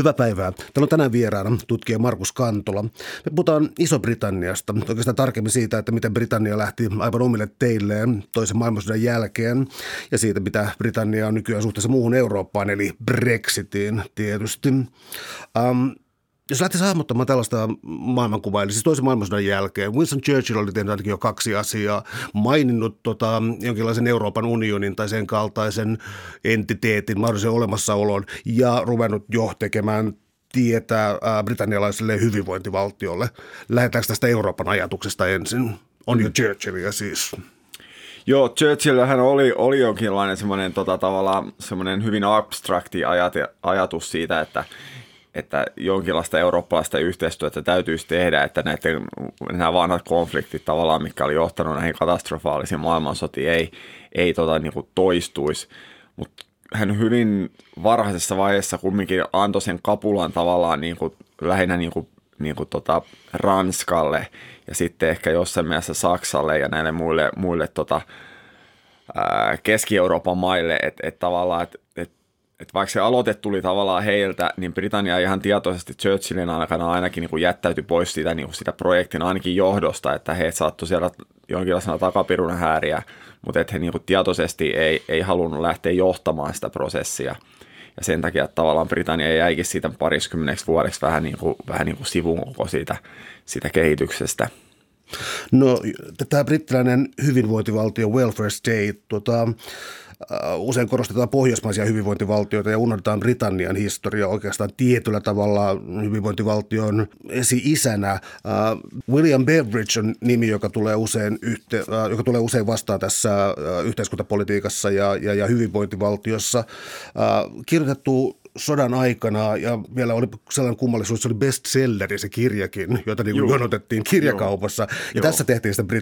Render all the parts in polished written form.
Hyvää päivää. Täällä on tänään vieraana tutkija Markus Kantola. Me puhutaan Iso-Britanniasta, oikeastaan tarkemmin siitä, että miten Britannia lähti aivan omille teilleen toisen maailmansodan jälkeen ja siitä, mitä Britannia on nykyään suhteessa muuhun Eurooppaan, eli Brexitiin tietysti. Jos lähtisi hahmottamaan tällaista maailmankuvaa, eli siis toisen maailmansodan jälkeen, Winston Churchill oli tehnyt ainakin jo kaksi asiaa, maininnut jonkinlaisen Euroopan unionin tai sen kaltaisen entiteetin, mahdollisen olemassaolon, ja ruvennut jo tekemään tietä britannialaiselle hyvinvointivaltiolle. Lähdetäänkö tästä Euroopan ajatuksesta ensin? On jo Churchillia siis. Joo, Churchillhän oli jonkinlainen semmoinen tavallaan semmoinen hyvin abstrakti ajatus siitä, että jonkinlaista eurooppalaista yhteistyötä täytyisi tehdä, että nämä vanhat konfliktit tavallaan, mitkä oli johtanut näihin katastrofaalisiin maailmansotiin, ei niin kuin toistuisi. Mutta hän hyvin varhaisessa vaiheessa kumminkin antoi sen kapulan tavallaan niin kuin, lähinnä niin kuin Ranskalle ja sitten ehkä jossain mielessä Saksalle ja näille muille Keski-Euroopan maille, että tavallaan, että vaikka se aloite tuli tavallaan heiltä, niin Britannia ihan tietoisesti Churchillin aikana ainakin niin kuin jättäytyi pois siitä, niin kuin sitä projektin ainakin johdosta, että he saattoi siellä jonkinlaisena takapirun hääriä, mutta että he niin kuin tietoisesti ei halunnut lähteä johtamaan sitä prosessia. Ja sen takia, että tavallaan Britannia jäikin siitä pariskymmeneksi vuodeksi vähän niin kuin sivun koko siitä kehityksestä. No, tämä brittiläinen hyvinvointivaltio, welfare state, usein korostetaan pohjoismaisia hyvinvointivaltioita ja unohdetaan Britannian historia oikeastaan tietyllä tavalla hyvinvointivaltion esi-isänä. William Beveridge on nimi, joka tulee usein vastaan tässä yhteiskuntapolitiikassa ja hyvinvointivaltiossa. Kirjoitettu sodan aikana, ja vielä oli sellainen kummallisuus, se oli bestselleri se kirjakin, jota niin jonotettiin kirjakaupassa. Ja tässä tehtiin sitä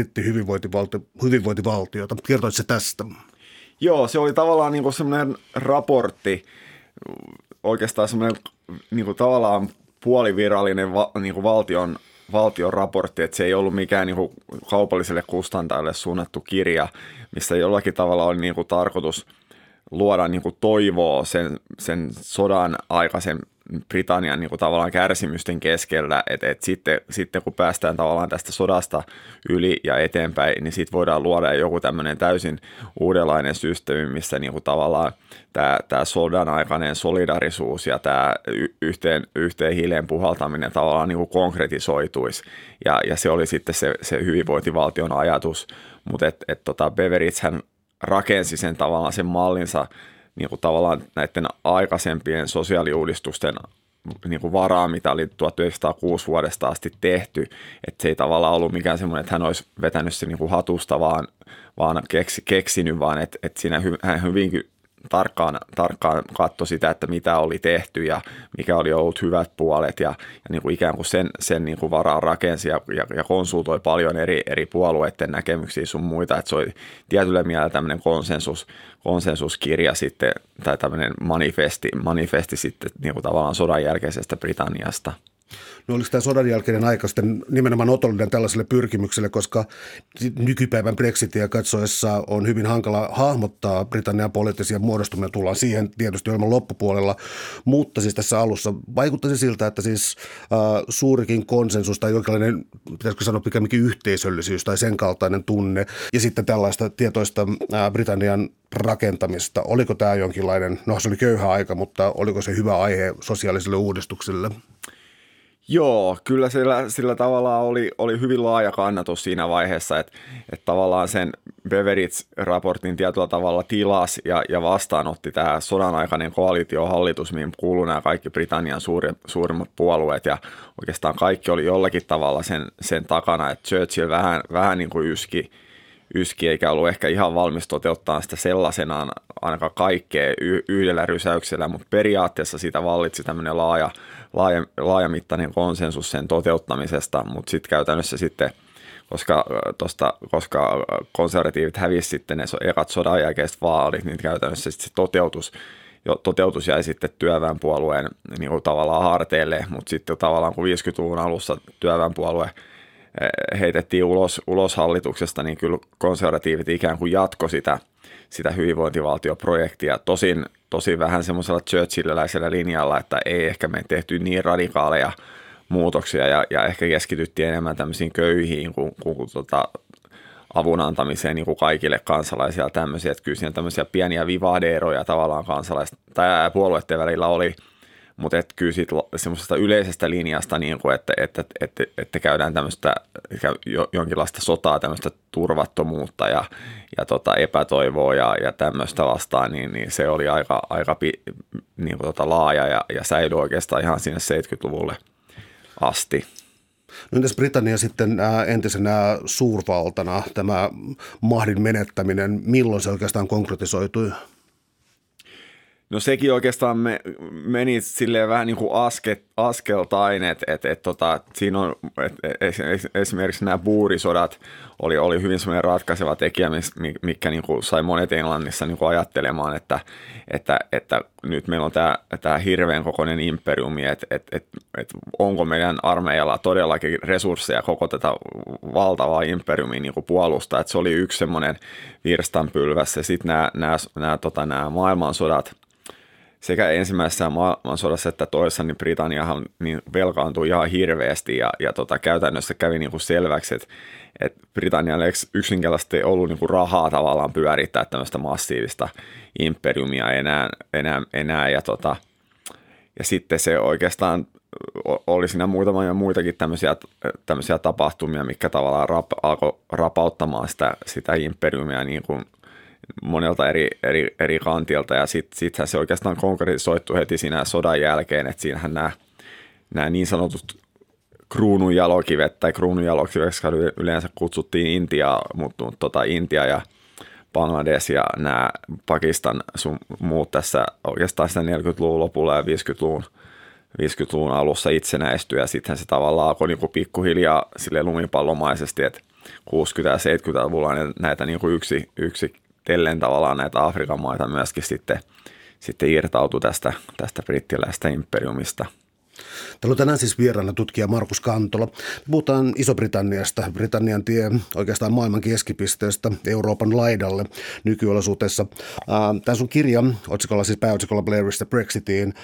brittihyvinvointivaltiota. Kertoit se tästä? Joo, se oli tavallaan niin kuin semmoinen raportti, oikeastaan semmoinen niin kuin tavallaan puolivirallinen niin kuin valtion raportti, että se ei ollut mikään niin kuin kaupalliselle kustantajalle suunnattu kirja, missä jollakin tavalla oli niin kuin tarkoitus luoda niin kuin toivoa sen sodan aikaisen Britannian niin kuin tavallaan kärsimysten keskellä, että sitten kun päästään tavallaan tästä sodasta yli ja eteenpäin, niin sitten voidaan luoda joku tämmöinen täysin uudenlainen systeemi, missä niin kuin tavallaan tämä sodan aikainen solidarisuus ja tämä yhteen hiileen puhaltaminen tavallaan niin kuin konkretisoituisi. Ja se oli sitten se hyvinvointivaltion ajatus, mutta Beveridge hän rakensi sen tavallaan sen mallinsa niin kuin tavallaan näiden aikaisempien sosiaaliuudistusten niin kuin varaa, mitä oli 1906 vuodesta asti tehty. Että se ei tavallaan ollut mikään semmoinen, että hän olisi vetänyt se niin kuin hatusta, vaan keksinyt, vaan että siinä hän hyvinkin tarkkaan katsoi sitä, että mitä oli tehty ja mikä oli ollut hyvät puolet ja niin kuin ikään kuin sen niin kuin varaan rakensi ja konsultoi paljon eri puolueiden näkemyksiä sun muita, että se oli tietyllä mielellä tämmöinen konsensuskirja sitten tai tämmöinen manifesti sitten niin kuin tavallaan sodan jälkeisestä Britanniasta. No oliko tämä sodan jälkeinen aika sitten nimenomaan otollinen tällaiselle pyrkimykselle, koska nykypäivän Brexitia katsoessa on hyvin hankala hahmottaa Britannian poliittisia muodostumia, tullaan siihen tietysti ohjelman loppupuolella, mutta siis tässä alussa vaikuttaisi siltä, että siis suurikin konsensus tai jonkinlainen, pitäisikö sanoa pikemminkin yhteisöllisyys tai sen kaltainen tunne ja sitten tällaista tietoista Britannian rakentamista. Oliko tämä jonkinlainen, no se oli köyhä aika, mutta oliko se hyvä aihe sosiaalisille uudistuksille? Joo, kyllä sillä tavalla oli hyvin laaja kannatus siinä vaiheessa, että tavallaan sen Beveridge-raportin tietyllä tavalla tilasi ja vastaanotti tämä sodan aikainen koalitiohallitus, mihin kuuluu nämä kaikki Britannian suurimmat puolueet ja oikeastaan kaikki oli jollakin tavalla sen takana, että Churchill vähän niin kuin yski eikä ollut ehkä ihan valmis toteuttaa sitä sellaisenaan ainakaan kaikkea yhdellä rysäyksellä, mutta periaatteessa siitä vallitsi tämmöinen laajamittainen konsensus sen toteuttamisesta, mutta sitten käytännössä sitten, koska konservatiivit hävisi sitten ne ekat sodan jälkeiset vaalit, niin käytännössä sitten se toteutus jäi sitten työväenpuolueen niin kuin tavallaan harteille, mutta sitten tavallaan kun 50-luvun alussa työväenpuolue heitettiin ulos hallituksesta, niin kyllä konservatiivit ikään kuin jatko sitä hyvinvointivaltioprojektia. Tosin vähän semmoisella Churchilliläisellä linjalla, että ei ehkä me tehty niin radikaaleja muutoksia ja ehkä keskityttiin enemmän tämmöisiin köyhiin kuin avun antamiseen niin kuin kaikille kansalaisille tämmöisiä. Että kyllä siinä tämmöisiä pieniä vivahde-eroja tavallaan tai puolueiden välillä oli, mutta kyllä siitä semmoisesta yleisestä linjasta, niin kuin, että käydään tämmöistä jonkinlaista sotaa, tämmöistä turvattomuutta ja epätoivoa ja tämmöistä vastaan, niin se oli aika niin kuin laaja ja säilyi oikeastaan ihan sinne 70-luvulle asti. No entäs Britannia sitten entisenä suurvaltana, tämä mahdin menettäminen, milloin se oikeastaan konkretisoitui? No sekin oikeastaan meni silleen vähän niin kuin askeltain, että siinä on esimerkiksi nämä buurisodat oli hyvin semmoinen ratkaiseva tekijä, mikä niin kuin sai monet Englannissa niin kuin ajattelemaan, että nyt meillä on tämä hirveän kokoinen imperiumi, että onko meidän armeijalla todellakin resursseja koko tätä valtavaa imperiumia niin kuin puolustaa, että se oli yksi semmoinen virstanpylväs ja sitten nämä maailmansodat, sekä ensimmäisessä maailmansodassa että toisessa, niin Britanniahan niin velkaantui ihan hirveästi ja käytännössä kävi niin kuin selväksi, että Britannialle yksinkertaisesti ei ollut niin kuin rahaa tavallaan pyörittää tämmöistä massiivista imperiumia enää ja sitten se oikeastaan oli siinä muitakin tämmöisiä tapahtumia, mitkä tavallaan alkoi rapauttamaan sitä imperiumia niin kuin monelta eri kantilta ja sittenhän se oikeastaan konkretisoitu heti siinä sodan jälkeen, että siinähän nämä niin sanotut kruununjalokivet tai kruununjalokiveksi yleensä kutsuttiin Intiaa, mutta Intia ja Bangladesh ja nämä Pakistan sun muut tässä oikeastaan sitä 40-luvun lopulla ja 50-luvun alussa itsenäistyi ja sittenhän se tavallaan alkoi niin kuin pikkuhiljaa silleen lumipallomaisesti, että 60- ja 70-luvulla näitä niin kuin yksi tellen tavallaan näitä Afrikan maita myöskin sitten irtautui tästä brittiläisestä imperiumista. Täällä on tänään siis vieraana tutkija Markus Kantola. Puhutaan Iso-Britanniasta, Britannian tie oikeastaan maailman keskipisteestä Euroopan laidalle nykyolosuhteessa. Tässä on kirja otsikolla, siis pääotsikolla Blairista Brexitiin.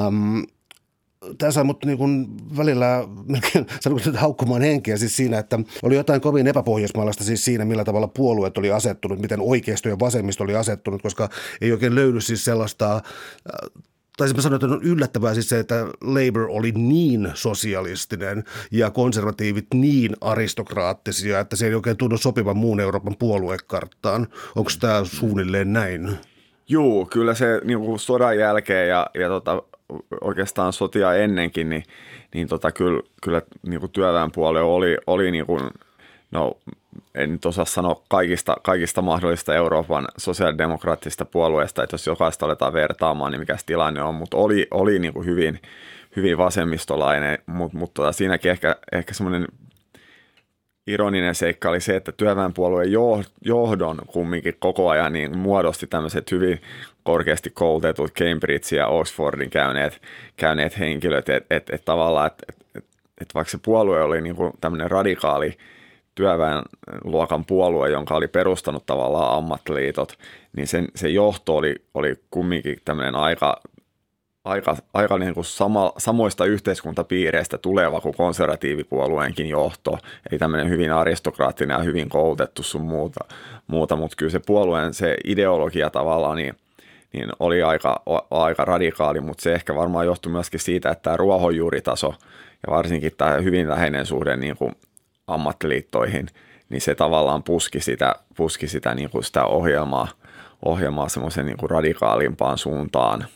Tämä sai mut niin kuin välillä melkein haukkumaan henkeä siis siinä, että oli jotain kovin epäpohjoismaalaista siis siinä, millä tavalla puolueet oli asettunut, miten oikeisto ja vasemmisto oli asettunut, koska ei oikein löydy siis sellaista, tai mä sanoin, että on yllättävää siis se, että Labour oli niin sosialistinen ja konservatiivit niin aristokraattisia, että se ei oikein tunnu sopivan muun Euroopan puoluekarttaan. Onko tämä suunnilleen näin? Joo, kyllä se niin kuin sodan jälkeen ja oikeastaan sotia ennenkin, niin kyllä niin kuin työväenpuolue oli niin kuin, no en nyt osaa sanoa kaikista mahdollista Euroopan sosiaalidemokraattisista puolueista, että jos jokaista aletaan vertaamaan, niin mikä se tilanne on, mutta oli niin kuin hyvin vasemmistolainen, mutta siinäkin ehkä semmoinen ironinen seikka oli se, että työväenpuolueen johdon kumminkin koko ajan niin muodosti tämmöiset hyvin korkeasti koulutetut Cambridge ja Oxfordin käyneet henkilöt, että tavallaan, että vaikka se puolue oli niin kuin tämmöinen radikaali työväenluokan puolue, jonka oli perustanut tavallaan ammattiliitot, niin se johto oli kumminkin tämmöinen aika niin kuin samoista yhteiskuntapiireistä tuleva kuin konservatiivipuolueenkin johto, eli tämmöinen hyvin aristokraattinen ja hyvin koulutettu sun muuta, mutta kyllä se puolueen se ideologia tavallaan niin oli aika radikaali, mutta se ehkä varmaan johtui myöskin siitä, että tämä ruohonjuuritaso ja varsinkin tämä hyvin läheinen suhde niin kuin ammattiliittoihin, niin se tavallaan puski sitä, niin kuin sitä ohjelmaa semmoisen niin kuin radikaalimpaan suuntaan.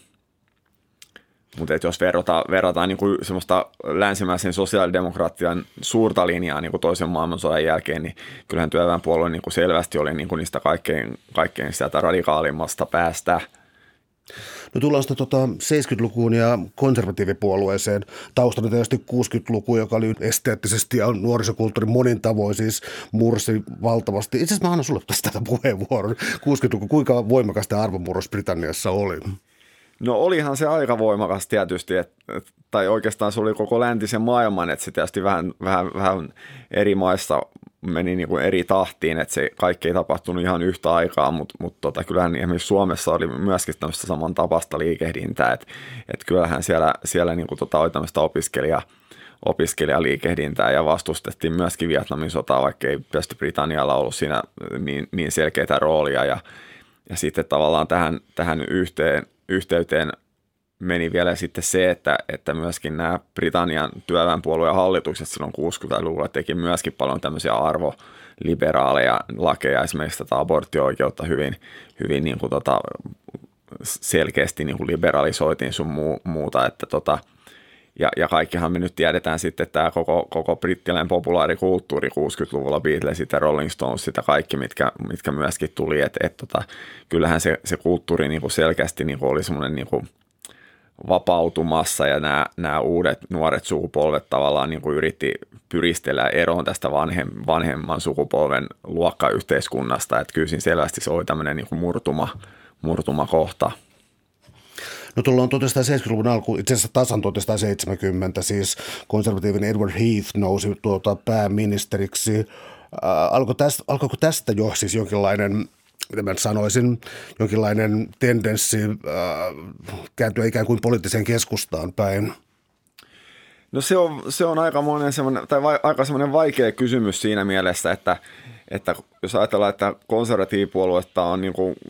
Mutta jos verrataan niin kuin semmoista länsimäisen sosiaalidemokratian suurta linjaa niin kuin toisen maailmansodan jälkeen, niin kyllähän työväenpuolue niin kuin selvästi oli niin kuin niistä kaikkein sieltä radikaalimmasta päästä. No tullaan sitten 70-lukuun ja konservatiivipuolueeseen. Taustana tietysti 60-luku, joka oli esteettisesti ja nuorisokulttuurin monin tavoin siis mursi valtavasti. Itse asiassa mä annan sulle tästä puheenvuoron. 60-luku, kuinka voimakas tämä arvomurros Britanniassa oli? No olihan se aika voimakas tietysti, tai oikeastaan se oli koko läntisen maailman, että se tietysti vähän eri maissa meni niin kuin eri tahtiin, että se kaikki ei tapahtunut ihan yhtä aikaa, mutta kyllähän esimerkiksi Suomessa oli myöskin tämmöistä samantapaista liikehdintää, että kyllähän siellä niin kuin oli tämmöistä opiskelijaliikehdintää ja vastustettiin myöskin Vietnamin sotaa, vaikka ei tietysti Britannialla ollut siinä niin selkeitä roolia ja sitten tavallaan tähän yhteyteen meni vielä sitten se, että myöskin nämä Britannian työväenpuolueen hallitukset silloin 60-luvulla teki myöskin paljon tämmöisiä arvoliberaaleja lakeja, esimerkiksi tätä aborttio-oikeutta hyvin niin kuin selkeästi niin kuin liberalisoitiin sun muuta, että ja kaikkihan me nyt tiedetään sitten, että tämä koko brittiläinen populaarikulttuuri 60-luvulla, Beatlesit ja Rolling Stonesit ja kaikki, mitkä myöskin tuli, että kyllähän se kulttuuri niin kuin selkeästi niin kuin oli semmoinen niin kuin vapautumassa ja nämä uudet nuoret sukupolvet tavallaan niin kuin yritti pyristellä eroon tästä vanhemman sukupolven luokkayhteiskunnasta, että kyllä siinä selvästi se oli tämmöinen niin kuin murtumakohta. No tullaan 1970-luvun alkuun, itse asiassa tasan 1970, siis konservatiivinen Edward Heath nousi pääministeriksi. Alkoiko tästä jo siis jonkinlainen, mitä mä sanoisin, jonkinlainen tendenssi kääntyä ikään kuin poliittiseen keskustaan päin? No se on aika semmoinen vaikea kysymys siinä mielessä, että jos ajatellaan, että konservatiivipuoluetta on niin kuin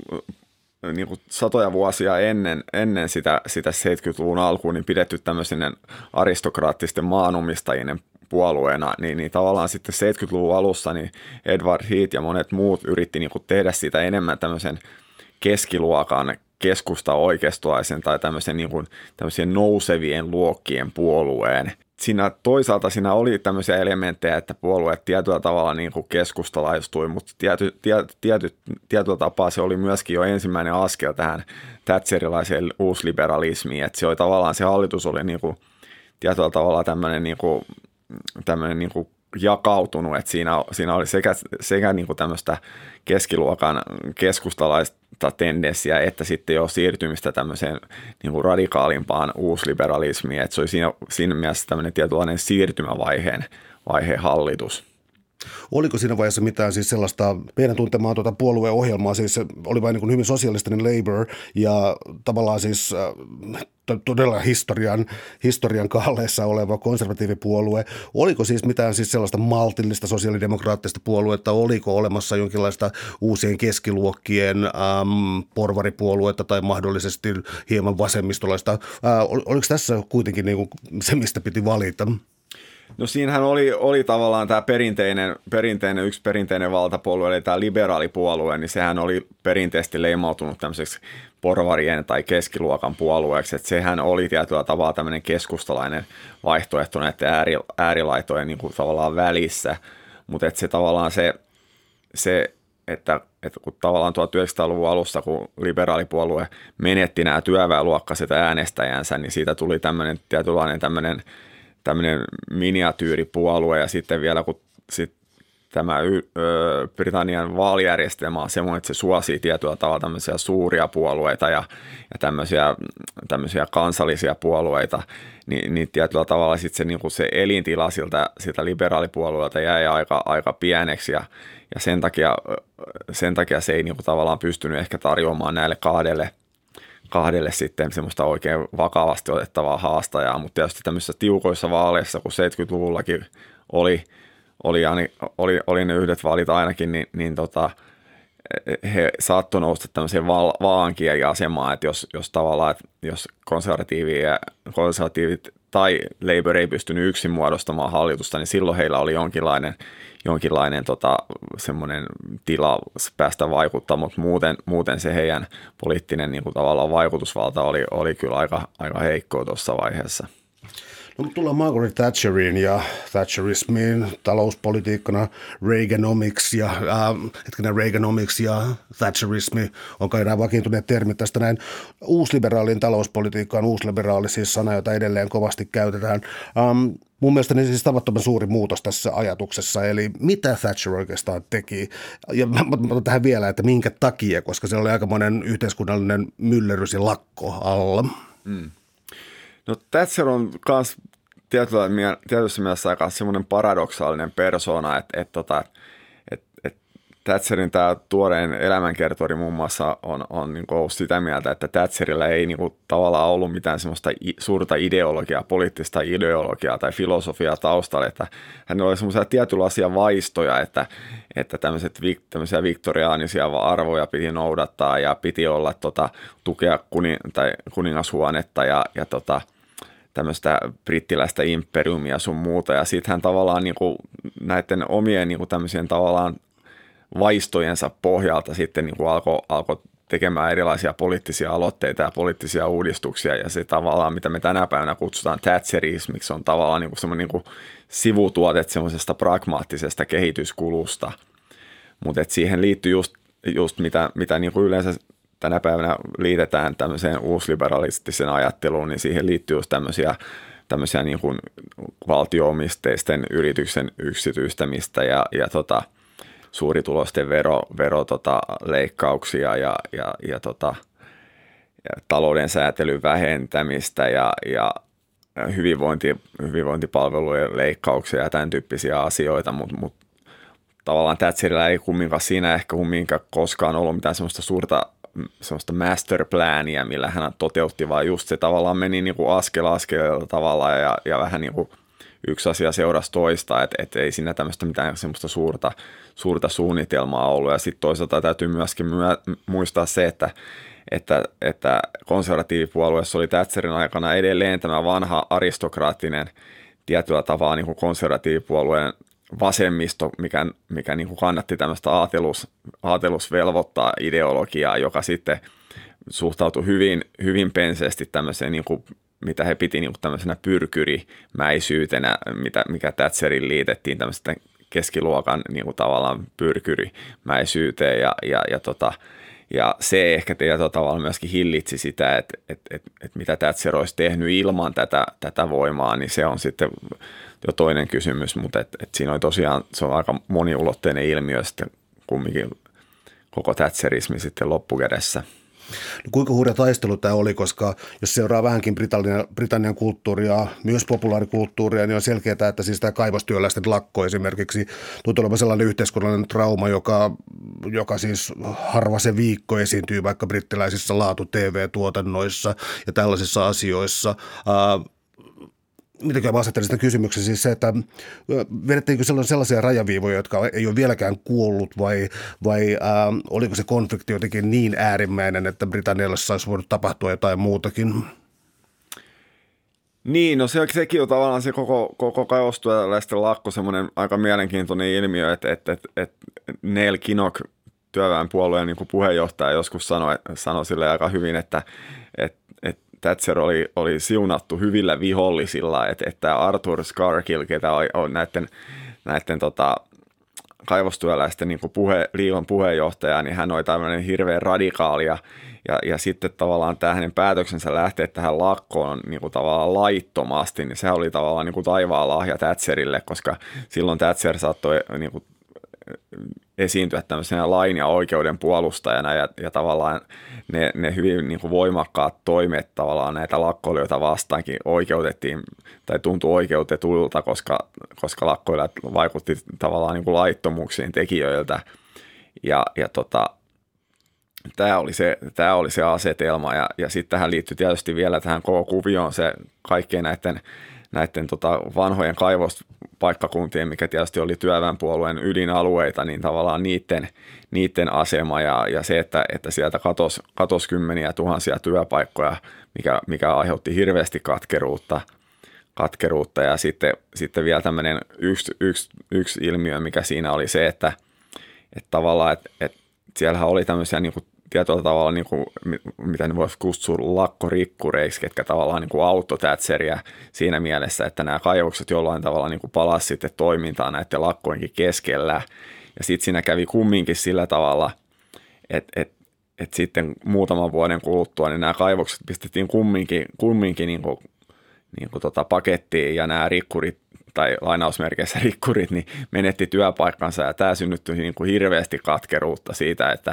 satoja vuosia ennen sitä 70-luvun alkuun niin pidetty tämmöisen aristokraattisten maanomistajien puolueena, niin tavallaan sitten 70-luvun alussa niin Edward Heath ja monet muut yritti niin kuin tehdä sitä enemmän tämmöisen keskiluokan keskusta-oikeistolaisen tai tämmöisen nousevien luokkien puolueen. Toisaalta siinä oli tämmöisiä elementtejä, että puolueet tietyllä tavalla niin kuin keskustalaistui, mutta tietyllä tapaa se oli myöskin jo ensimmäinen askel tähän thatcherilaiseen uusliberalismiin, että se oli tavallaan se hallitus oli niin kuin tietyllä tavalla tämmöinen niin kuin jakautunut, että siinä oli sekä niin kuin tämmöistä keskiluokan keskustalaista tendenssiä, että sitten jo siirtymistä tämmöiseen niin kuin radikaalimpaan uusliberalismiin, että se oli siinä mielessä tämmöinen tietynlainen siirtymävaiheen hallitus. Oliko siinä vaiheessa mitään siis sellaista meidän tuntemaa puolueohjelmaa, siis oli vain niin kuin hyvin sosialistinen Labour ja tavallaan siis todella historian kaaleessa oleva konservatiivipuolue. Oliko siis mitään siis sellaista maltillista sosiaalidemokraattista puoluetta, oliko olemassa jonkinlaista uusien keskiluokkien porvaripuoluetta tai mahdollisesti hieman vasemmistolaista? Oliko tässä kuitenkin niin kuin se, mistä piti valita? No siinähän oli tavallaan tämä yksi perinteinen valtapuolue, eli tämä liberaalipuolue, niin sehän oli perinteisesti leimautunut tämmöiseksi porvarien tai keskiluokan puolueeksi, että sehän oli tietyllä tavalla tämmöinen keskustalainen vaihtoehto näiden äärilaitojen niin kuin tavallaan välissä, mutta että se tavallaan että kun tavallaan 1900-luvun alussa, kun liberaalipuolue menetti nämä työväenluokkaiset äänestäjänsä, niin siitä tuli tämmöinen tietynlainen tämmöinen miniatyyripuolue ja sitten vielä kun tämä Britannian vaalijärjestelmä on semmoinen, että se suosii tietyllä tavalla tämmöisiä suuria puolueita ja tämmöisiä kansallisia puolueita, niin tietyllä tavalla sitten se, niin kuin se elintila siltä liberaalipuolueelta jäi aika pieneksi ja sen takia se ei niin kuin tavallaan pystynyt ehkä tarjoamaan näille kahdelle sitten semmoista oikein vakavasti otettavaa haastajaa, mutta tietysti tämmöisissä tiukoissa vaaleissa, kun 70-luvullakin oli ne yhdet vaalit ainakin, niin he saattoi nousta tämmöiseen vaankieliasemaan, että jos tavallaan, että jos konservatiivit tai Labour ei pystynyt yksin muodostamaan hallitusta, niin silloin heillä oli jonkinlainen semmoinen tila päästä vaikuttamaan, mutta muuten se heidän poliittinen niin kuin tavallaan vaikutusvalta oli kyllä aika heikkoa tuossa vaiheessa. No, tullaan Margaret Thatcheriin ja Thatcherismiin talouspolitiikkana Reaganomics ja Thatcherismi on kai nämä vakiintuneet termit tästä näin. Uusliberaalin talouspolitiikkaan, uusliberaali siis sana, jota edelleen kovasti käytetään. Mun mielestä siis tavattoman suuri muutos tässä ajatuksessa, eli mitä Thatcher oikeastaan teki. Ja mä otan tähän vielä, että minkä takia, koska se oli aikamoinen yhteiskunnallinen myllerrys ja lakko alla. No Thatcher on myös tietyssä mielessä aika semmoinen paradoksaalinen persona, että Thatcherin tämä tuorein elämänkertori muun muassa on niin ollut sitä mieltä, että Thatcherilla ei niin kuin tavallaan ollut mitään semmoista suurta ideologiaa, poliittista ideologiaa tai filosofiaa taustalla, että hänellä oli semmoisia tietynlaisia vaistoja, että tämmöisiä viktoriaanisia arvoja piti noudattaa ja piti olla tukea kuningashuonetta ja tämmöistä brittiläistä imperiumia sun muuta, ja sitten hän tavallaan niin kuin näiden omien niin kuin tämmöisien tavallaan vaistojensa pohjalta sitten niin kuin alkoi tekemään erilaisia poliittisia aloitteita ja poliittisia uudistuksia, ja se tavallaan, mitä me tänä päivänä kutsutaan Thatcherismiksi, on tavallaan niin kuin semmoinen niin kuin sivutuote semmoisesta pragmaattisesta kehityskulusta, mutta siihen liittyy just mitä niin kuin yleensä tänä päivänä liitetään tämmöiseen uusliberalistiseen ajatteluun, niin siihen liittyy just tämmöisiä niin kuin valtio-omisteisten yrityksen yksityistämistä ja suurituloisten leikkauksia ja talouden säätelyn vähentämistä ja hyvinvointipalvelujen leikkauksia ja tämän tyyppisiä asioita, mutta tavallaan Thatcherilla ei kumminkaan koskaan ollut mitään semmoista masterplania, millä hän toteutti, vaan just se tavallaan meni niin kuin askel askeleelta tavalla ja vähän niin kuin yksi asia seurasi toista, että ei siinä tämmöistä mitään semmoista suurta suunnitelmaa ollut. Ja sitten toisaalta täytyy myöskin muistaa se, että konservatiivipuolueessa oli Thatcherin aikana edelleen tämä vanha aristokraattinen tietyllä tavalla niin kuin konservatiivipuolueen vasemmisto, mikä niin kuin kannatti tämmöistä aatelusvelvoittaa ideologiaa, joka sitten suhtautui hyvin penseesti tämmöiseen, niin kuin, mitä he piti niin kuin tämmöisenä pyrkyrimäisyytenä, mikä Thatcherin liitettiin tämmöistä keskiluokan niin kuin tavallaan pyrkyrimäisyyteen ja se ehkä tietyllä tavalla myöskin hillitsi sitä, että mitä Thatcher olisi tehnyt ilman tätä voimaa, niin se on sitten jo toinen kysymys, mutta siinä oli tosiaan, se on aika moniulotteinen ilmiö sitten kumminkin koko Thatcherismi sitten loppukädessä. No kuinka hurja taistelu tämä oli, koska jos seuraa vähänkin Britannian kulttuuria, myös populaarikulttuuria, niin on selkeää, että siis tämä kaivostyöläisten lakko esimerkiksi tuntuu olevan sellainen yhteiskunnallinen trauma, joka siis harva se viikko esiintyy vaikka brittiläisissä laatu-TV-tuotannoissa ja tällaisissa asioissa. Mitenkään mä asettelin sitä kysymyksen siis se, että vedettiinkö sellaisia rajaviivoja, jotka ei ole vieläkään kuollut vai oliko se konflikti jotenkin niin äärimmäinen, että Britannialle olisi voinut tapahtua jotain muutakin? Niin, no sekin on tavallaan se koko kaivostyöläisten lakko semmoinen aika mielenkiintoinen ilmiö, että Neil Kinnock, työväenpuolueen niin kuin puheenjohtaja, joskus sanoi sille aika hyvin, että Thatcher oli siunattu hyvillä vihollisilla, että Arthur Scargill, ketä on näiden kaivostyöläisten niin kuin liiton puheenjohtaja, niin hän oli tämmöinen hirveän radikaali ja sitten tavallaan tämä hänen päätöksensä lähteä tähän lakkoon niin kuin tavallaan laittomasti, niin se oli tavallaan niin kuin taivaan lahja Thatcherille, koska silloin Thatcher saattoi niin kuin esiintyä tämmöisenä lain ja oikeuden puolustajana ja tavallaan ne hyvin niin kuin voimakkaat toimet tavallaan näitä lakkoilijoita vastaankin oikeutettiin tai tuntui oikeutetulta, koska lakkoilijat vaikutti tavallaan niin kuin laittomuuksien tekijöiltä ja tämä oli se asetelma ja sitten tähän liittyy tietysti vielä tähän koko kuvioon se kaikkien näiden vanhojen kaivospaikkakuntien, mikä tietysti oli työväenpuolueen ydinalueita, niin tavallaan niiden asema ja se, että sieltä katosi kymmeniä tuhansia työpaikkoja, mikä aiheutti hirveästi katkeruutta ja sitten vielä tämmöinen yksi ilmiö, mikä siinä oli se, että tavallaan, että siellähän oli tämmöisiä niin kuin tietyllä tavalla, niin kuin, mitä ne voisi kutsua lakkorikkureiksi, ketkä tavallaan niin kuin auttoi Thatcheria siinä mielessä, että nämä kaivokset jollain tavalla niin kuin palasi sitten toimintaan näiden lakkojenkin keskellä. Ja sitten siinä kävi kumminkin sillä tavalla, että sitten muutaman vuoden kuluttua niin nämä kaivokset pistettiin kumminkin niin kuin pakettiin ja nämä rikkurit tai lainausmerkeissä rikkurit, niin menetti työpaikkansa ja tämä synnytti niin kuin hirveästi katkeruutta siitä, että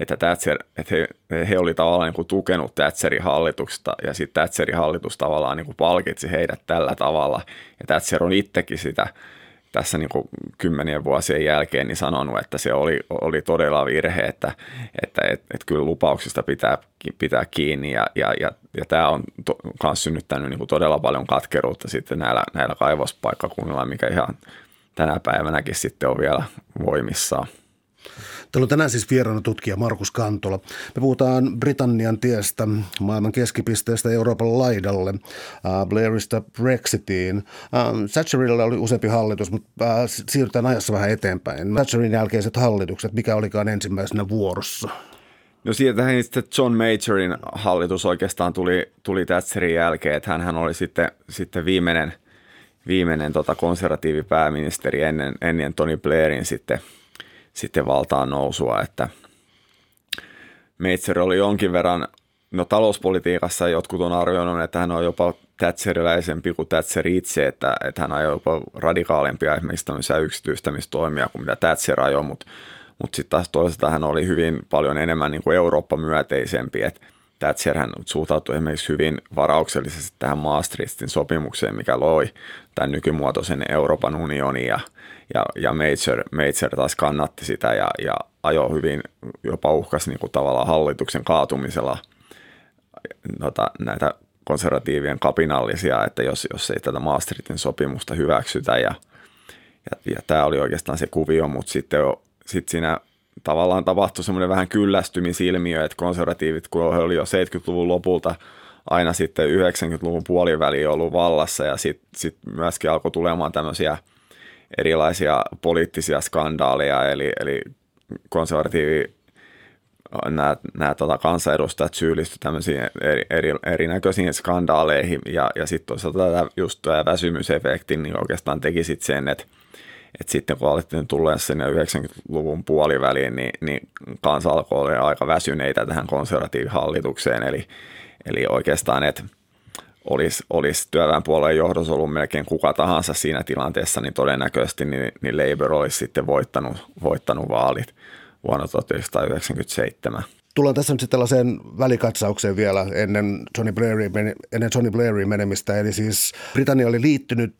he oli tavallaan niin kuin tukenut Thatcherin hallitusta ja sitten Thatcherin hallitus tavallaan niin kuin palkitsi heidät tällä tavalla ja Thatcher on itsekin sitä tässä niin kuin 10 vuosien jälkeen niin sanonut, että se oli todella virhe, että kyllä lupauksista pitää kiinni ja tämä on myös synnyttänyt niin kuin todella paljon katkeruutta sitten näillä kaivospaikkakunnilla, mikä ihan tänä päivänäkin sitten on vielä voimissaan. Täällä on tänään siis vieraana tutkija Markus Kantola. Me puhutaan Britannian tiestä, maailman keskipisteestä Euroopan laidalle, Blairista Brexitiin. Thatcherilla oli useampi hallitus, mutta siirrytään ajassa vähän eteenpäin. Thatcherin jälkeiset hallitukset, mikä olikaan ensimmäisenä vuorossa? No siitähän sitten John Majorin hallitus oikeastaan tuli Thatcherin jälkeen, että hän oli sitten viimeinen konservatiivipääministeri ennen Tony Blairin sitten valtaan nousua, että Major oli jonkin verran, no talouspolitiikassa jotkut on arvioinut, että hän on jopa Thatcheriläisempi kuin Thatcher itse, että hän ajoi jopa radikaalimpia esimerkiksi tämmöisiä yksityistämistoimia kuin mitä Thatcher ajoi, mutta sitten taas toisaalta hän oli hyvin paljon enemmän niin kuin Eurooppa-myönteisempi, että Thatcher hän suhtautui esimerkiksi hyvin varauksellisesti tähän Maastrichtin sopimukseen, mikä loi tämän nykymuotoisen Euroopan unionin ja Major taas kannatti sitä ja ajoi hyvin, jopa uhkasi niin kuin tavallaan hallituksen kaatumisella näitä konservatiivien kapinallisia, että jos ei tätä Maastrichtin sopimusta hyväksytä ja tämä oli oikeastaan se kuvio, mutta sitten siinä tavallaan tapahtui semmoinen vähän kyllästymisilmiö, että konservatiivit, kun he oli jo 70-luvun lopulta aina sitten 90-luvun puoliväliin ollut vallassa ja sitten myöskin alkoi tulemaan tämmöisiä erilaisia poliittisia skandaaleja, eli konservatiivi nämä kansanedustajat syyllistyivät tämmöisiin erinäköisiin skandaaleihin ja sitten toisaalta just tämä väsymysefekti niin oikeastaan teki sitten sen, että sitten kun alettiin tulla sinne 90-luvun puoliväliin, niin kansa alkoi olla aika väsyneitä tähän konservatiivihallitukseen, eli oikeastaan, että olisi työväenpuolueen johdossa ollut melkein kuka tahansa siinä tilanteessa, niin todennäköisesti niin Labour olisi sitten voittanut vaalit vuonna 1997. Tullaan tässä nyt sitten tällaiseen välikatsaukseen vielä ennen Johnny Blairin menemistä. Eli siis Britannia oli liittynyt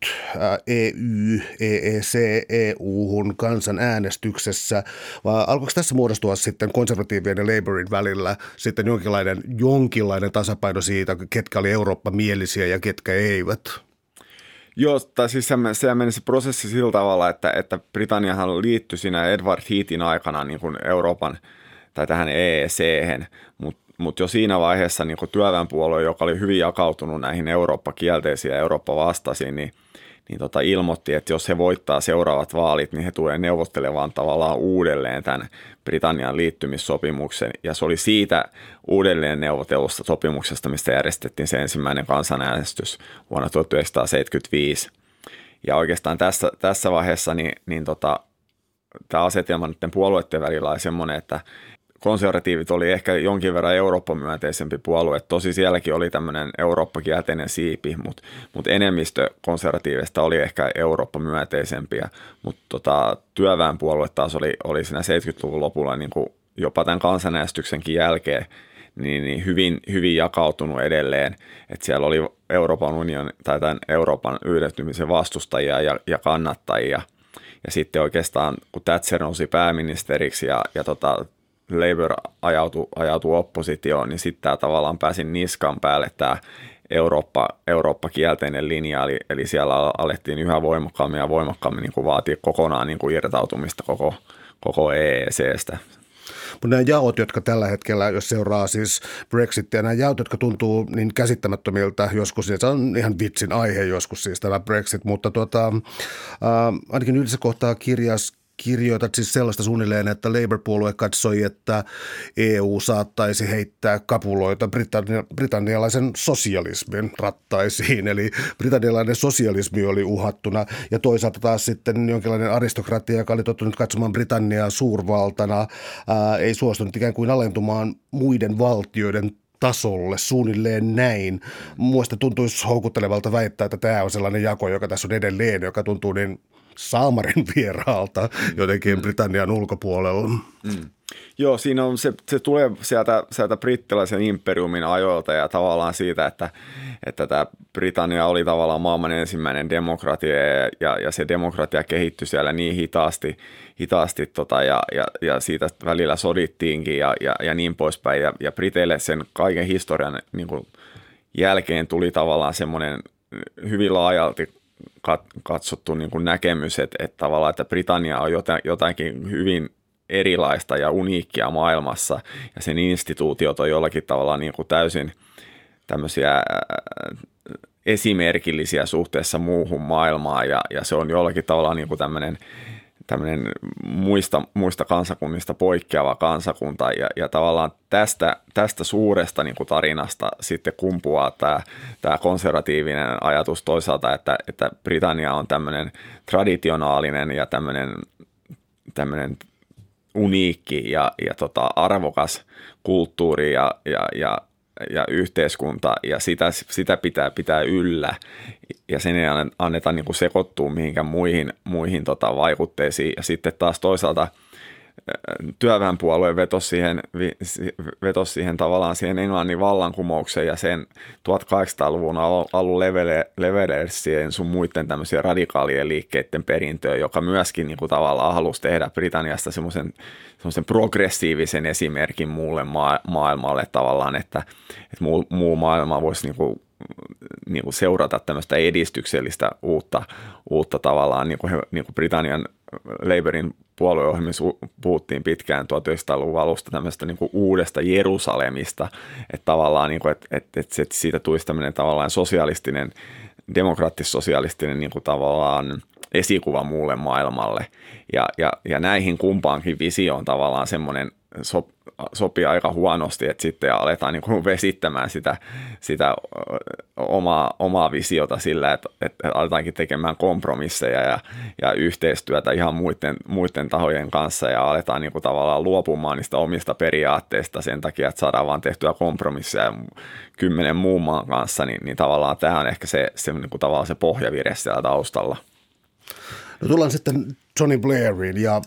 EEC, EU:hun kansanäänestyksessä. Vai alkoiko tässä muodostua sitten konservatiivien ja Labourin välillä sitten jonkinlainen tasapaino siitä, ketkä oli Eurooppa-mielisiä ja ketkä eivät? Joo, tai siis se meni se prosessi sillä tavalla, että Britanniahan liittyi siinä Edward Heathin aikana niin kuin Euroopan tai tähän EEC-hen, mutta jo siinä vaiheessa niin kuin työväenpuolue, joka oli hyvin jakautunut näihin Eurooppa-kielteisiin ja Eurooppa-vastaisiin, niin ilmoitti, että jos he voittaa seuraavat vaalit, niin he tulee neuvottelemaan tavallaan uudelleen tämän Britannian liittymissopimuksen. Ja se oli siitä uudelleen neuvotellusta sopimuksesta, mistä järjestettiin se ensimmäinen kansanäänestys vuonna 1975. Ja oikeastaan tässä vaiheessa tämä asetelma niiden puolueiden välillä oli semmoinen, että konservatiivit oli ehkä jonkin verran Eurooppa-myönteisempi puolue. Tosi sielläkin oli tämmöinen Eurooppa-kielteinen siipi, mutta enemmistö konservatiivista oli ehkä Eurooppa-myönteisempiä. Mutta työväenpuolue taas oli siinä 70-luvun lopulla niin kuin jopa tämän kansanäänestyksenkin jälkeen niin hyvin jakautunut edelleen. Että siellä oli Euroopan unionin tai tämän Euroopan yhdentymisen vastustajia ja kannattajia. Ja sitten oikeastaan, kun Thatcher nousi pääministeriksi ja Labour ajautui oppositioon, niin sitten tämä tavallaan pääsi niskan päälle tämä Eurooppa-kielteinen linja, eli siellä alettiin yhä voimakkaammin niin kuin vaatia kokonaan niin kuin irtautumista koko EECstä. Mutta nämä jaot, jotka tällä hetkellä, jos seuraa siis Brexitia, nämä jaot, jotka tuntuu niin käsittämättömiltä joskus, ja se on ihan vitsin aihe joskus siis tämä Brexit, mutta ainakin yhdessä kohtaa kirjoitat siis sellaista suunnilleen, että Labour-puolue katsoi, että EU saattaisi heittää kapuloita britannialaisen sosialismin rattaisiin, eli britannialainen sosialismi oli uhattuna, ja toisaalta taas sitten jonkinlainen aristokratia, joka oli tottunut katsomaan Britanniaa suurvaltana, ei suostunut ikään kuin alentumaan muiden valtioiden tasolle suunnilleen näin. Muista tuntuisi houkuttelevalta väittää, että tämä on sellainen jako, joka tässä on edelleen, joka tuntuu niin saamarin vieraalta jotenkin Britannian ulkopuolella. Joo, siinä on, se tulee sieltä brittiläisen imperiumin ajoilta ja tavallaan siitä, että tämä Britannia oli tavallaan maailman ensimmäinen demokratia ja se demokratia kehittyi siellä niin hitaasti ja siitä välillä sodittiinkin ja niin poispäin. Ja Briteille sen kaiken historian niin kuin jälkeen tuli tavallaan semmoinen hyvin laajalti katsottu niin kuin näkemys, että tavallaan, että Britannia on jotakin hyvin erilaista ja uniikkia maailmassa ja sen instituutiot on jollakin tavalla niin kuin täysin tämmöisiä esimerkillisiä suhteessa muuhun maailmaan ja se on jollakin tavalla niin kuin tämmöinen muista kansakunnista poikkeava kansakunta ja tavallaan tästä suuresta niin kuin tarinasta sitten kumpuaa tämä konservatiivinen ajatus toisaalta, että Britannia on tämmöinen traditionaalinen ja tämmöinen uniikki ja arvokas kulttuuri ja yhteiskunta ja sitä pitää yllä ja sen ei anneta niin kuin sekoittua mihinkään muihin vaikutteisiin ja sitten taas toisaalta työväenpuolue vetosi siihen tavallaan siihen Englannin vallankumoukseen ja sen 1800-luvun alun Leverersien sun muiden tämmöisiä radikaalien liikkeiden perintöön, joka myöskin niin kuin tavallaan halusi tehdä Britanniasta semmoisen progressiivisen esimerkin muulle maailmalle tavallaan, että muu maailma voisi niin kuin seurata tämmöistä edistyksellistä uutta tavallaan, niin kuin Britannian Labourin puolueohjelmissa puhuttiin pitkään 1900-luvun alusta tämmöistä niin kuin uudesta Jerusalemista, että tavallaan niin kuin, että siitä tulisi tämmöinen tavallaan sosialistinen, demokraattis-sosialistinen niin kuin tavallaan esikuva muulle maailmalle ja näihin kumpaankin visioon tavallaan semmoinen sopii aika huonosti, että sitten aletaan niin kuin vesittämään sitä omaa visiota sillä, että aletaankin tekemään kompromisseja ja yhteistyötä ihan muiden tahojen kanssa ja aletaan niin kuin tavallaan luopumaan niistä omista periaatteista sen takia, että saadaan vaan tehtyä kompromisseja 10 muun maan kanssa, niin tavallaan tämä on ehkä se niin kuin tavallaan se pohjavire siellä taustalla. No tullaan sitten Tony Blairiin ja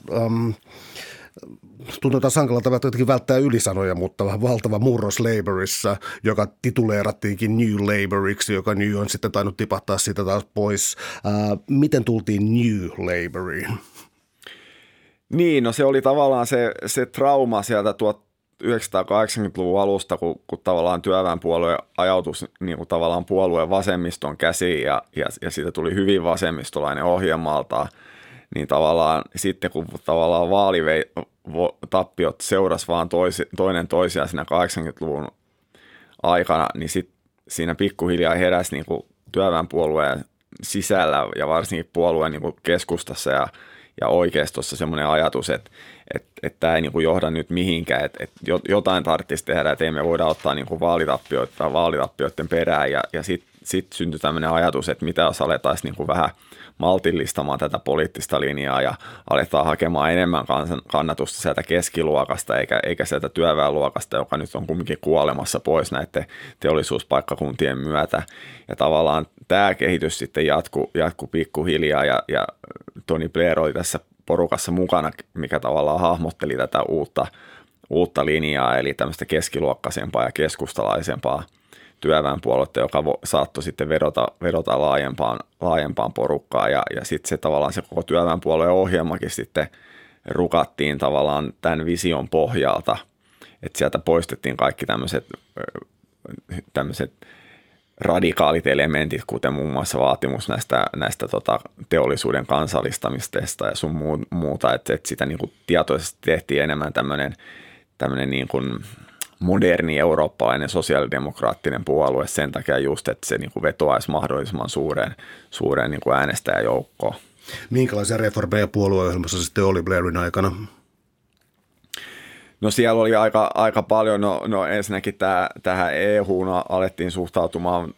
tuntuu sankalalta jotenkin välttää ylisanoja, mutta valtava murros Labourissa, joka tituleerattiinkin New Labouriksi, joka New on sitten tainnut tipahtaa siitä taas pois. Miten tultiin New Labouriin? Niin, no se oli tavallaan se trauma sieltä 1980-luvun alusta, kun tavallaan työväenpuolue ajautui niin kuin tavallaan puolueen vasemmiston käsiin ja siitä tuli hyvin vasemmistolainen ohjelmalta, niin tavallaan sitten kun tavallaan vaalitappiot seurasi vaan toinen toisiaan siinä 80-luvun aikana, niin sitten siinä pikkuhiljaa heräsi niin kuin työväenpuolueen sisällä ja varsinkin puolueen niin kuin keskustassa ja oikeistossa semmoinen ajatus, että tämä ei niin kuin johda nyt mihinkään, että jotain tarvitsisi tehdä, että ei me voida ottaa niin kuin vaalitappioiden perään ja sitten syntyi tämmöinen ajatus, että mitä jos aletaisiin niin kuin vähän maltillistamaan tätä poliittista linjaa ja aletaan hakemaan enemmän kannatusta sieltä keskiluokasta eikä sieltä työväenluokasta, joka nyt on kumminkin kuolemassa pois näiden teollisuuspaikkakuntien myötä. Ja tavallaan tämä kehitys sitten jatkui pikkuhiljaa ja Tony Blair oli tässä porukassa mukana, mikä tavallaan hahmotteli tätä uutta linjaa, eli tämmöistä keskiluokkaisempaa ja keskustalaisempaa työväenpuoluetta, joka saattoi sitten vedota laajempaan porukkaan ja sitten se tavallaan se koko työväenpuolueen ohjelmakin sitten rukattiin tavallaan tämän vision pohjalta, että sieltä poistettiin kaikki tämmöiset radikaalit elementit, kuten muun muassa vaatimus näistä teollisuuden kansallistamisesta ja sun muuta, että sitä niin kuin tietoisesti tehtiin enemmän tämmöinen niin kuin moderni eurooppalainen sosiaalidemokraattinen puolue sen takia just, että se niin kuin vetoaisi mahdollisimman suureen niin kuin äänestäjäjoukkoon. Minkälaisia reformeja puolueohjelmassa sitten oli Blairin aikana? No siellä oli aika paljon, no ensinnäkin tähän EU:hun alettiin suhtautumaan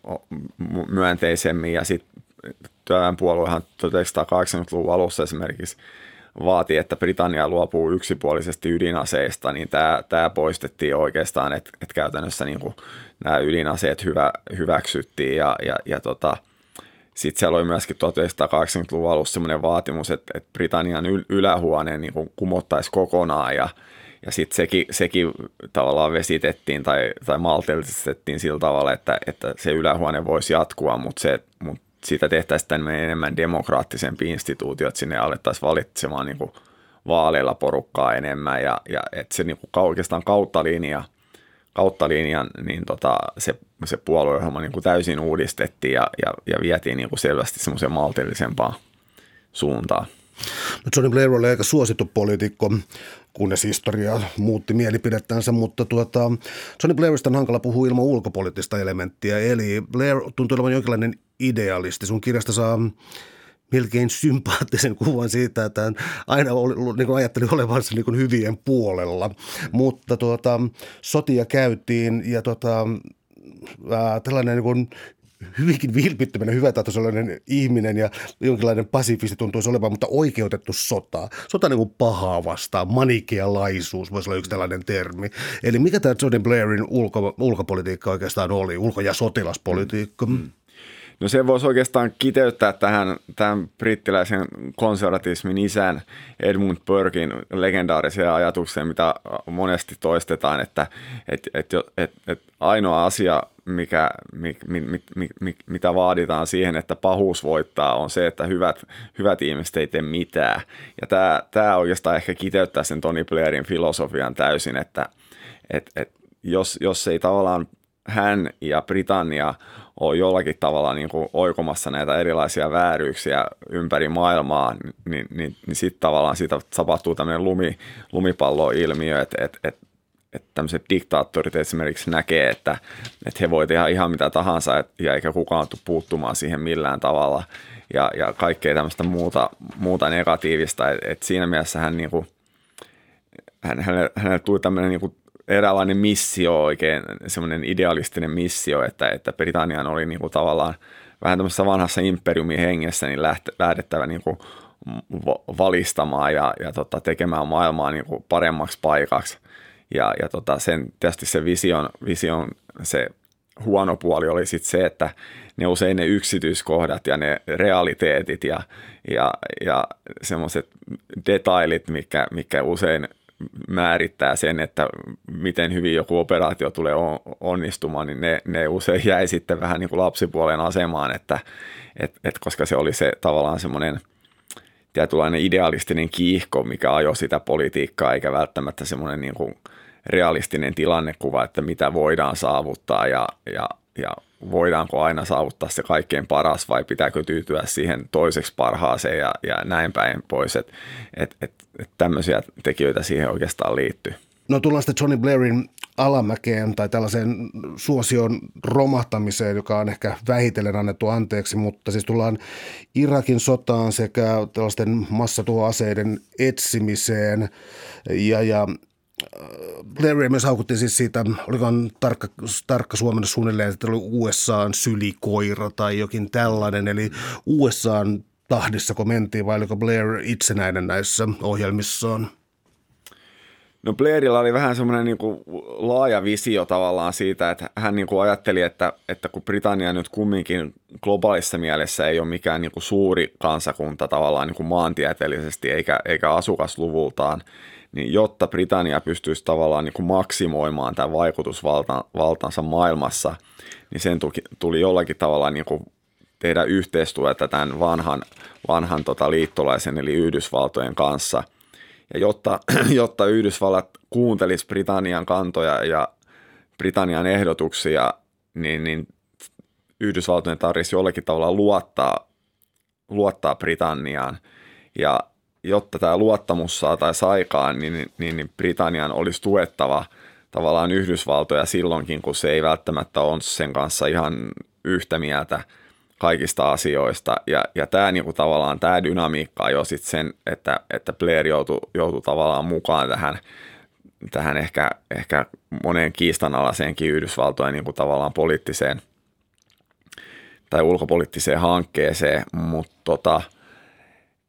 myönteisemmin ja sitten työväenpuoluehan 1980-luvun alussa esimerkiksi vaati, että Britannia luopuu yksipuolisesti ydinaseista, niin tämä poistettiin oikeastaan, että käytännössä niin kuin nämä ydinaseet hyväksyttiin ja sitten siellä oli myöskin 1980-luvun alussa sellainen vaatimus, että Britannian ylähuone niin kuin kumottaisi kokonaan ja sitten sekin tavallaan vesitettiin tai maltillistettiin sillä tavalla, että se ylähuone voisi jatkua, mutta siitä tehtäisiin enemmän demokraattisempi instituutio, että sinne alettaisiin valitsemaan niin kuin vaaleilla porukkaa enemmän ja että se niin kuin oikeastaan kautta linjan niin se puolueohjelma niin kuin täysin uudistettiin ja vietiin niin kuin selvästi semmoiseen maltillisempaan suuntaan. Tony Blair oli aika suosittu poliitikko, kunnes historia muutti mielipidettänsä, mutta Tony Blairista on hankala puhua ilman ulkopoliittista elementtiä, eli Blair tuntuu olevan jonkinlainen idealisti. Sun kirjasta saa melkein sympaattisen kuvan siitä, että hän aina niin kuin ajatteli olevansa niin kuin hyvien puolella, mutta sotia käytiin ja tällainen niin kuin hyvinkin vilpittömän hyvätahtoinen ihminen ja jonkinlainen pasifisti tuntuisi olevan, mutta oikeutettu sota. Sota niin kuin pahaa vastaan, manikealaisuus voisi olla yksi tällainen termi. Eli mikä tämä Tony Blairin ulkopolitiikka oikeastaan oli, ulko- ja sotilaspolitiikka? No se voisi oikeastaan kiteyttää tähän brittiläisen konservatismin isän Edmund Burken legendaariseen ajatukseen, mitä monesti toistetaan, että ainoa asia, mitä vaaditaan siihen, että pahuus voittaa, on se, että hyvät ihmiset ei tee mitään. Ja tämä oikeastaan ehkä kiteyttää sen Tony Blairin filosofian täysin, että jos ei tavallaan hän ja Britannia on jollakin tavalla niin kuin oikomassa näitä erilaisia vääryyksiä ympäri maailmaa, niin sitten tavallaan siitä tapahtuu tämmöinen lumipallo-ilmiö, että tämmöiset diktaattorit esimerkiksi näkee, että he voi tehdä ihan mitä tahansa ja eikä kukaan tule puuttumaan siihen millään tavalla ja kaikkea tämmöistä muuta negatiivista. Et siinä mielessä hänelle tuli tämmöinen niin kuin eräänlainen missio, oikein semmoinen idealistinen missio, että Britannian oli niin kuin tavallaan vähän tämmöisessä vanhassa imperiumin hengessä niin lähdettävä niin kuin valistamaan ja tekemään maailmaa niin kuin paremmaksi paikaksi. Ja sen, tietysti se vision se huono puoli oli sitten se, että ne usein ne yksityiskohdat ja ne realiteetit ja semmoiset detailit, mikä usein määrittää sen, että miten hyvin joku operaatio tulee onnistumaan, niin ne usein jäi sitten vähän niin kuin lapsipuolen asemaan, että koska se oli se tavallaan semmoinen tietynlainen idealistinen kiihko, mikä ajoi sitä politiikkaa, eikä välttämättä semmoinen niin kuin realistinen tilannekuva, että mitä voidaan saavuttaa ja voidaanko aina saavuttaa se kaikkein paras vai pitääkö tyytyä siihen toiseksi parhaaseen ja näin päin pois, että tämmöisiä tekijöitä siihen oikeastaan liittyy. No tullaan sitten Tony Blairin alamäkeen tai tällaiseen suosion romahtamiseen, joka on ehkä vähitellen annettu anteeksi, mutta siis tullaan Irakin sotaan sekä tällaisten massatuhoaseiden etsimiseen ja Blairia myös haukuttiin siis siitä, olikohan tarkka suomennus suunnilleen, että oli USA:n sylikoira tai jokin tällainen, eli USA:n tahdissako mentiin vai oliko Blair itsenäinen näissä ohjelmissaan? No Blairilla oli vähän semmoinen niin kuin laaja visio tavallaan siitä, että hän niin kuin ajatteli, että kun Britannia nyt kumminkin globaalissa mielessä ei ole mikään niin kuin suuri kansakunta tavallaan niin kuin maantieteellisesti eikä asukasluvultaan, niin jotta Britannia pystyisi tavallaan niin kuin maksimoimaan tämän vaikutusvaltansa maailmassa, niin sen tuli jollakin tavalla niin kuin tehdä yhteistyötä tämän vanhan liittolaisen eli Yhdysvaltojen kanssa. Ja jotta Yhdysvallat kuuntelisi Britannian kantoja ja Britannian ehdotuksia, niin Yhdysvaltojen tarvitsisi jollakin tavalla luottaa Britanniaan. Ja jotta tämä luottamus saataisiin aikaan, niin Britannian olisi tuettava tavallaan Yhdysvaltoja silloinkin, kun se ei välttämättä ole sen kanssa ihan yhtä mieltä kaikista asioista. Ja tämä niinku tavallaan tämä dynamiikka jo sitten sen, että Blair joutui tavallaan mukaan tähän ehkä moneen kiistanalaiseenkin Yhdysvaltojen niinku tavallaan poliittiseen tai ulkopoliittiseen hankkeeseen, mutta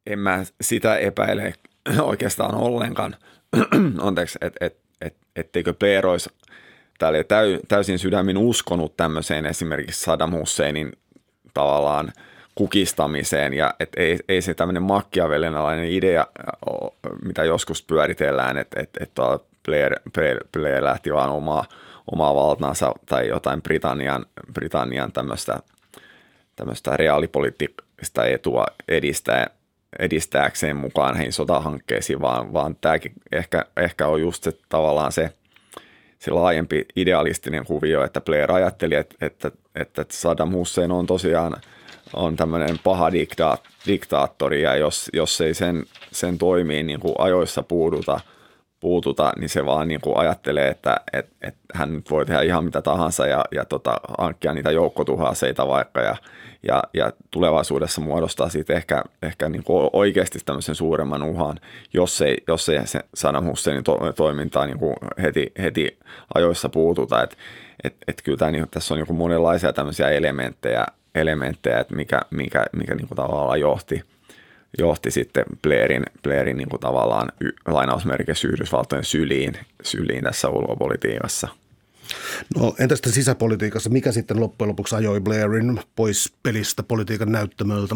en mä sitä epäile oikeastaan ollenkaan, anteeksi, etteikö Blair olisi täysin sydämin uskonut tämmöiseen esimerkiksi Saddam Husseinin tavallaan kukistamiseen, ja ei se tämmöinen machiavellinainen idea, mitä joskus pyöritellään, että Blair lähti vaan omaa valtaansa tai jotain Britannian tämmöistä reaalipoliittista etua edistääkseen mukaan heihin sotahankkeisiin, vaan tämäkin ehkä on just se, tavallaan se laajempi idealistinen kuvio, että Blair ajatteli, että Saddam Hussein on tosiaan tämmöinen paha diktaattori, ja jos ei sen toimiin niin kuin ajoissa puututa, niin se vaan niin kuin ajattelee, että hän nyt voi tehdä ihan mitä tahansa ja hankkia niitä joukkotuhoaseita vaikka, ja tulevaisuudessa muodostaa siitä ehkä niin kuin oikeasti tämmöisen suuremman uhan, jos ei se Saddam Husseinin toimintaa niin kuin heti ajoissa puututa. Että kyllä tässä on niin kuin monenlaisia tämmöisiä elementtejä, että mikä niin kuin tavallaan johti sitten Blairin niin kuin tavallaan lainausmerkeissä Yhdysvaltojen syliin tässä ulkopolitiikassa. No entä sitten sisäpolitiikassa? Mikä sitten loppujen lopuksi ajoi Blairin pois pelistä politiikan näyttämöltä?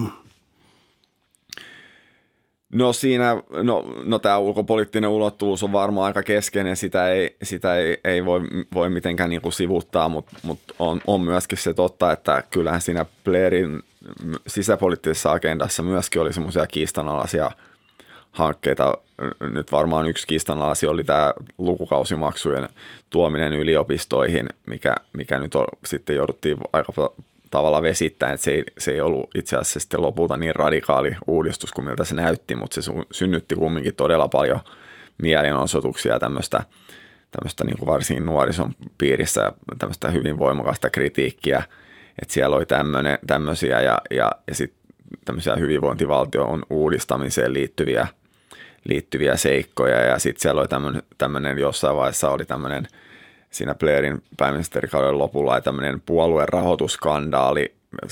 No tämä ulkopoliittinen ulottuvuus on varmaan aika keskeinen, sitä ei voi mitenkään niin kuin sivuttaa, mutta on myöskin se totta, että kyllähän siinä Blairin sisäpoliittisessa agendassa myöskin oli semmoisia kiistanalaisia hankkeita. Nyt varmaan yksi kiistanalaisia oli tämä lukukausimaksujen tuominen yliopistoihin, mikä nyt sitten jouduttiin aika tavalla vesittäen, että se ei ollut itse asiassa sitten lopulta niin radikaali uudistus kuin miltä se näytti, mutta se synnytti kumminkin todella paljon mielenosoituksia tämmöistä niin kuin varsinkin nuorison piirissä tämmöistä hyvin voimakasta kritiikkiä, että siellä oli tämmöisiä ja sitten tämmöisiä hyvinvointivaltion uudistamiseen liittyviä seikkoja, ja sitten siellä oli tämmöinen jossain vaiheessa oli tämmöinen siinä Blairin pääministerikauden lopulla oli tämmöinen puolueen rahoitusskandaali,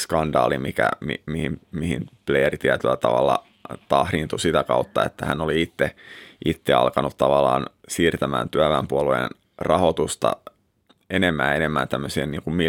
mihin Blair tietyllä tavalla tahriintui sitä kautta, että hän oli itse alkanut tavallaan siirtämään työväenpuolueen rahoitusta enemmän tämmöisien niin kuin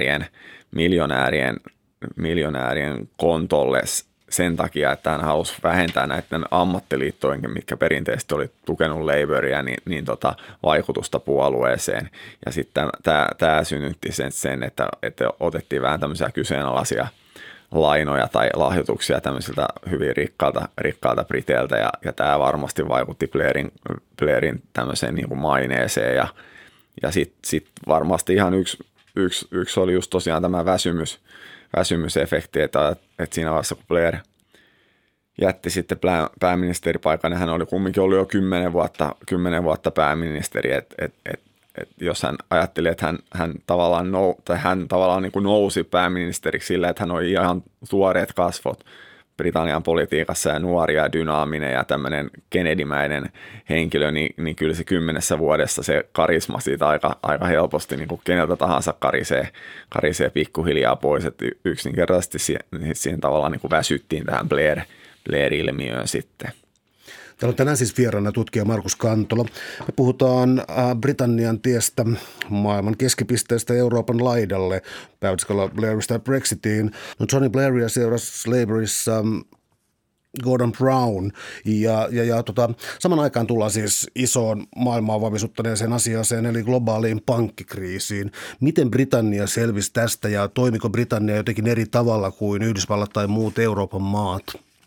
miljonäärien kontolle sen takia, että hän halusi vähentää näiden ammattiliittojen, mitkä perinteisesti oli tukenut Labouria, niin vaikutusta puolueeseen. Ja sitten tämä synnytti sen että otettiin vähän tämmöisiä kyseenalaisia lainoja tai lahjoituksia tämmöisiltä hyvin rikkailta briteiltä, ja tämä varmasti vaikutti Blairin tämmöiseen niin kuin maineeseen. Ja sitten varmasti ihan yksi oli just tosiaan tämä väsymysefekti, että siinä vaiheessa, kun Blair jätti sitten pääministeripaikan, niin hän oli kumminkin ollut jo 10 vuotta pääministeri, että jos hän ajatteli, että hän tavallaan niin kuin nousi pääministeriksi sillä, että hän oli ihan tuoreet kasvot Britannian politiikassa ja nuori ja dynaaminen ja tämmöinen Kennedy-mäinen henkilö, niin kyllä se 10 vuodessa se karisma siitä aika helposti niin kuin keneltä tahansa karisee pikkuhiljaa pois, että yksinkertaisesti siihen tavallaan niin kuin väsyttiin tähän Blair-ilmiöön sitten. Täällä on tänään siis vieraana tutkija Markus Kantola. Me puhutaan Britannian tiestä maailman keskipisteestä Euroopan laidalle pääotsikolla Blairista Brexitiin. No Tony Blairia seurasi Labourissa Gordon Brown ja saman aikaan tullaan siis isoon maailmaa vavisuttaneeseen asiaan eli globaaliin pankkikriisiin. Miten Britannia selvisi tästä ja toimiko Britannia jotenkin eri tavalla kuin Yhdysvallat tai muut Euroopan maat?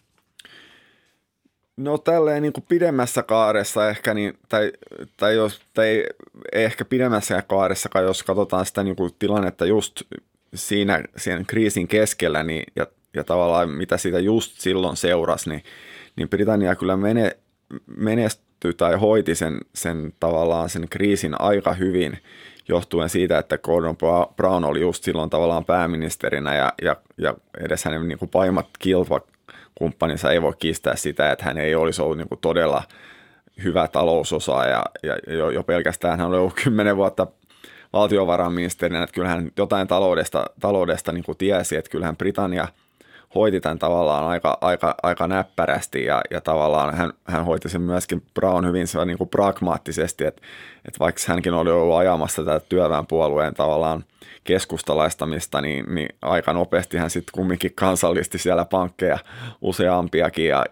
No tälleen niin kuin pidemmässä kaaressa ehkä, tai ehkä pidemmässä kaaressakaan, jos katsotaan sitä niin kuin tilannetta just siinä kriisin keskellä niin, ja tavallaan mitä siitä just silloin seurasi, niin Britannia kyllä menestyi tai hoiti sen tavallaan sen kriisin aika hyvin johtuen siitä, että Gordon Brown oli just silloin tavallaan pääministerinä ja edes hänen niin kuin pahimmat kilpakumppaninsa ei voi kiistää sitä, että hän ei olisi ollut niin kuin todella hyvä talousosaaja ja jo pelkästään hän oli ollut 10 vuotta valtiovarainministerinä, että kyllähän jotain taloudesta niin kuin tiesi, että kyllähän Britannia hoiti tämän tavallaan aika näppärästi ja tavallaan hän hoiti sen myöskin Brown hyvin niin kuin pragmaattisesti, että vaikka hänkin oli ollut ajamassa tätä työväenpuolueen tavallaan keskustalaistamista, niin aika nopeasti hän sitten kumminkin kansallisti siellä pankkeja useampiakin ja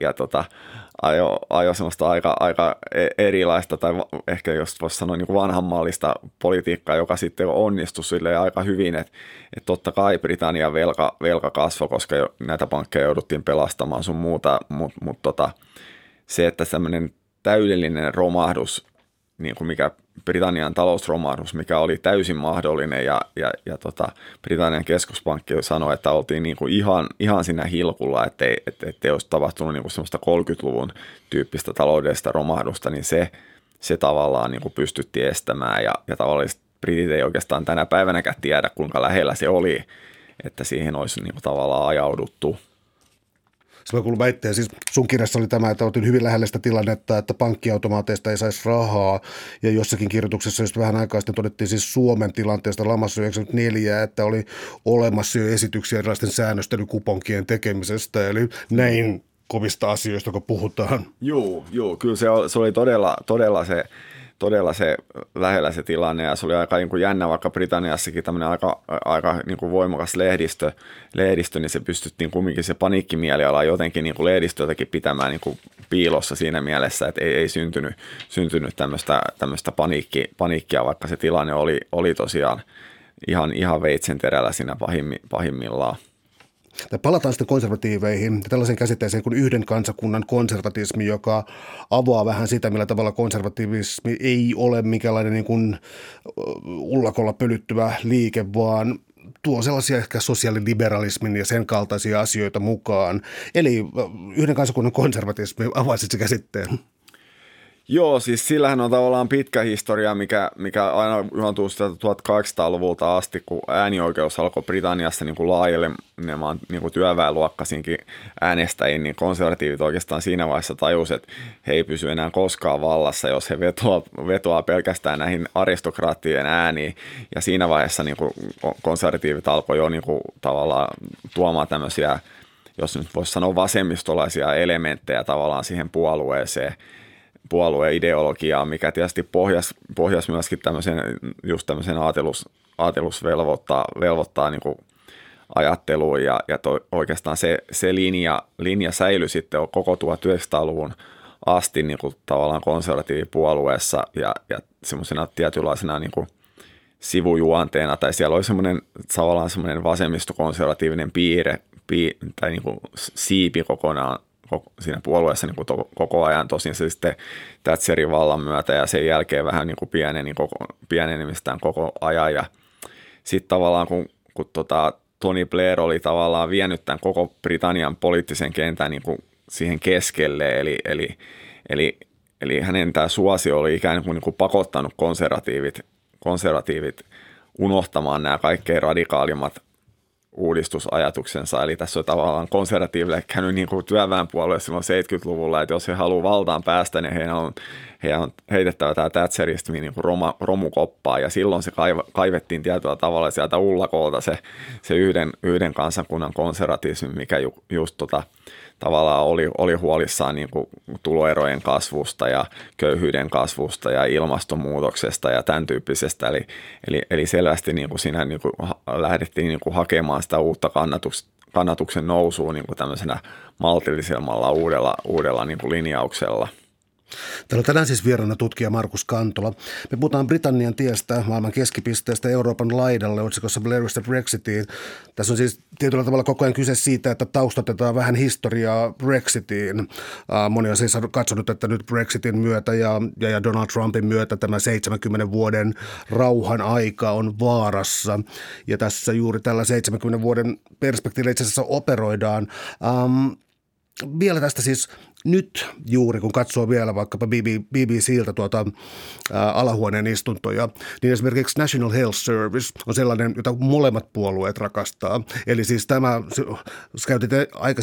ajo semmoista aika erilaista tai ehkä jos voisi sanoa niin kuin vanhanmallista politiikkaa, joka sitten onnistui silleen aika hyvin, että totta kai Britannian velka kasvoi, koska näitä pankkeja jouduttiin pelastamaan sun muuta, mutta se, että tämmöinen täydellinen romahdus, niin kuin mikä Britannian talousromahdus, mikä oli täysin mahdollinen ja Britannian keskuspankki sanoi, että oltiin niin kuin ihan siinä hilkulla, ettei olisi tapahtunut niin kuin semmoista 30-luvun tyyppistä taloudellista romahdusta, niin se tavallaan niin kuin pystyttiin estämään ja tavallaan britit ei oikeastaan tänä päivänäkään tiedä, kuinka lähellä se oli, että siihen olisi niin kuin tavallaan ajauduttu. Se mä kuulun väitteen, siis sun kirjassa oli tämä, että oltiin hyvin lähellä sitä tilannetta, että pankkiautomaateista ei saisi rahaa, ja jossakin kirjoituksessa just vähän aikaa sitten todettiin siis Suomen tilanteesta lamassa 94, että oli olemassa jo esityksiä erilaisten säännöstelykuponkien tekemisestä, eli näin kovista asioista, kun puhutaan. Joo, kyllä se oli todella se lähellä se tilanne ja se oli aika niin kuin jännä, vaikka Britanniassakin tämmöinen aika niin kuin voimakas lehdistö, niin se pystyttiin kumminkin se paniikkimieliala jotenkin niin kuin lehdistöltäkin pitämään niin kuin piilossa siinä mielessä, että ei syntynyt tämmöistä paniikkia, vaikka se tilanne oli tosiaan ihan veitsenterällä siinä pahimmillaan. Palataan sitten konservatiiveihin ja tällaisen käsitteeseen kuin yhden kansakunnan konservatismi, joka avaa vähän sitä, millä tavalla konservatiivismi ei ole minkälainen niin kuin ullakolla pölyttyvä liike, vaan tuo sellaisia ehkä sosiaaliliberalismin ja sen kaltaisia asioita mukaan. Eli yhden kansakunnan konservatismi, avaisit se käsitteen. Joo, siis sillähän on tavallaan pitkä historia, mikä aina juontuu sitä 1800-luvulta asti, kun äänioikeus alkoi Britanniassa niin kuin laajelemaan niin kuin työväenluokkaisinkin äänestäjiin, niin konservatiivit oikeastaan siinä vaiheessa tajusivat, että he ei pysy enää koskaan vallassa, jos he vetoaa pelkästään näihin aristokraattien ääniin. Ja siinä vaiheessa niin kuin konservatiivit alkoi jo niin kuin tavallaan tuomaan tämmöisiä, jos nyt voisi sanoa vasemmistolaisia elementtejä tavallaan siihen puolueen ideologiaa, mikä tietysti pohjasi myöskin tämmöisen aatelusvelvoittaa niin kuin ajatteluun ja oikeastaan se linja säilyi sitten koko 1900-luvun asti niin kuin tavallaan konservatiivipuolueessa ja semmoisena tietynlaisena niin kuin sivujuonteena tai siellä oli tavallaan semmoinen vasemmistokonservatiivinen piirre tai niin kuin siipi kokonaan siinä puolueessa niin kuin koko ajan. Tosin se sitten Thatcherin vallan myötä ja sen jälkeen vähän niin kuin pienenemistään koko ajan. Ja sitten tavallaan kun Tony Blair oli tavallaan vienyt tämän koko Britannian poliittisen kentän niin kuin siihen keskelle, eli hänen tämä suosio oli ikään kuin pakottanut konservatiivit unohtamaan nämä kaikkein radikaalimmat uudistusajatuksensa. Eli tässä on tavallaan konservatiiville käynyt niin kuin työväenpuolue silloin 70-luvulla, että jos he haluaa valtaan päästä, niin heidän on heitettävä tämä thatcherismi niin kuin romukoppaa, ja silloin se kaivettiin tietyllä tavalla sieltä ullakolta se yhden kansakunnan konservatismi, mikä just tavallaan oli huolissaan niin kuin tuloerojen kasvusta ja köyhyyden kasvusta ja ilmastonmuutoksesta ja tämän tyyppisestä. Eli selvästi niin kuin siinä niin kuin lähdettiin niin kuin hakemaan sitä uutta kannatuksen nousua niin kuin tämmöisenä maltillisemmalla uudella niin kuin linjauksella. Täällä on tänään siis vieraana tutkija Markus Kantola. Me puhutaan Britannian tiestä maailman keskipisteestä Euroopan laidalle otsikossa Blairista Brexitiin. Tässä on siis tietyllä tavalla koko ajan kyse siitä, että taustatetaan vähän historiaa Brexitiin. Moni on siis katsonut, että nyt Brexitin myötä ja Donald Trumpin myötä tämä 70 vuoden rauhan aika on vaarassa. Ja tässä juuri tällä 70 vuoden perspektiivillä itse asiassa operoidaan. Vielä tästä siis nyt juuri, kun katsoo vielä vaikkapa BBC:ltä alahuoneen istuntoja, niin esimerkiksi National Health Service on sellainen, jota molemmat puolueet rakastaa. Eli siis tämä, käytit aikaisemmin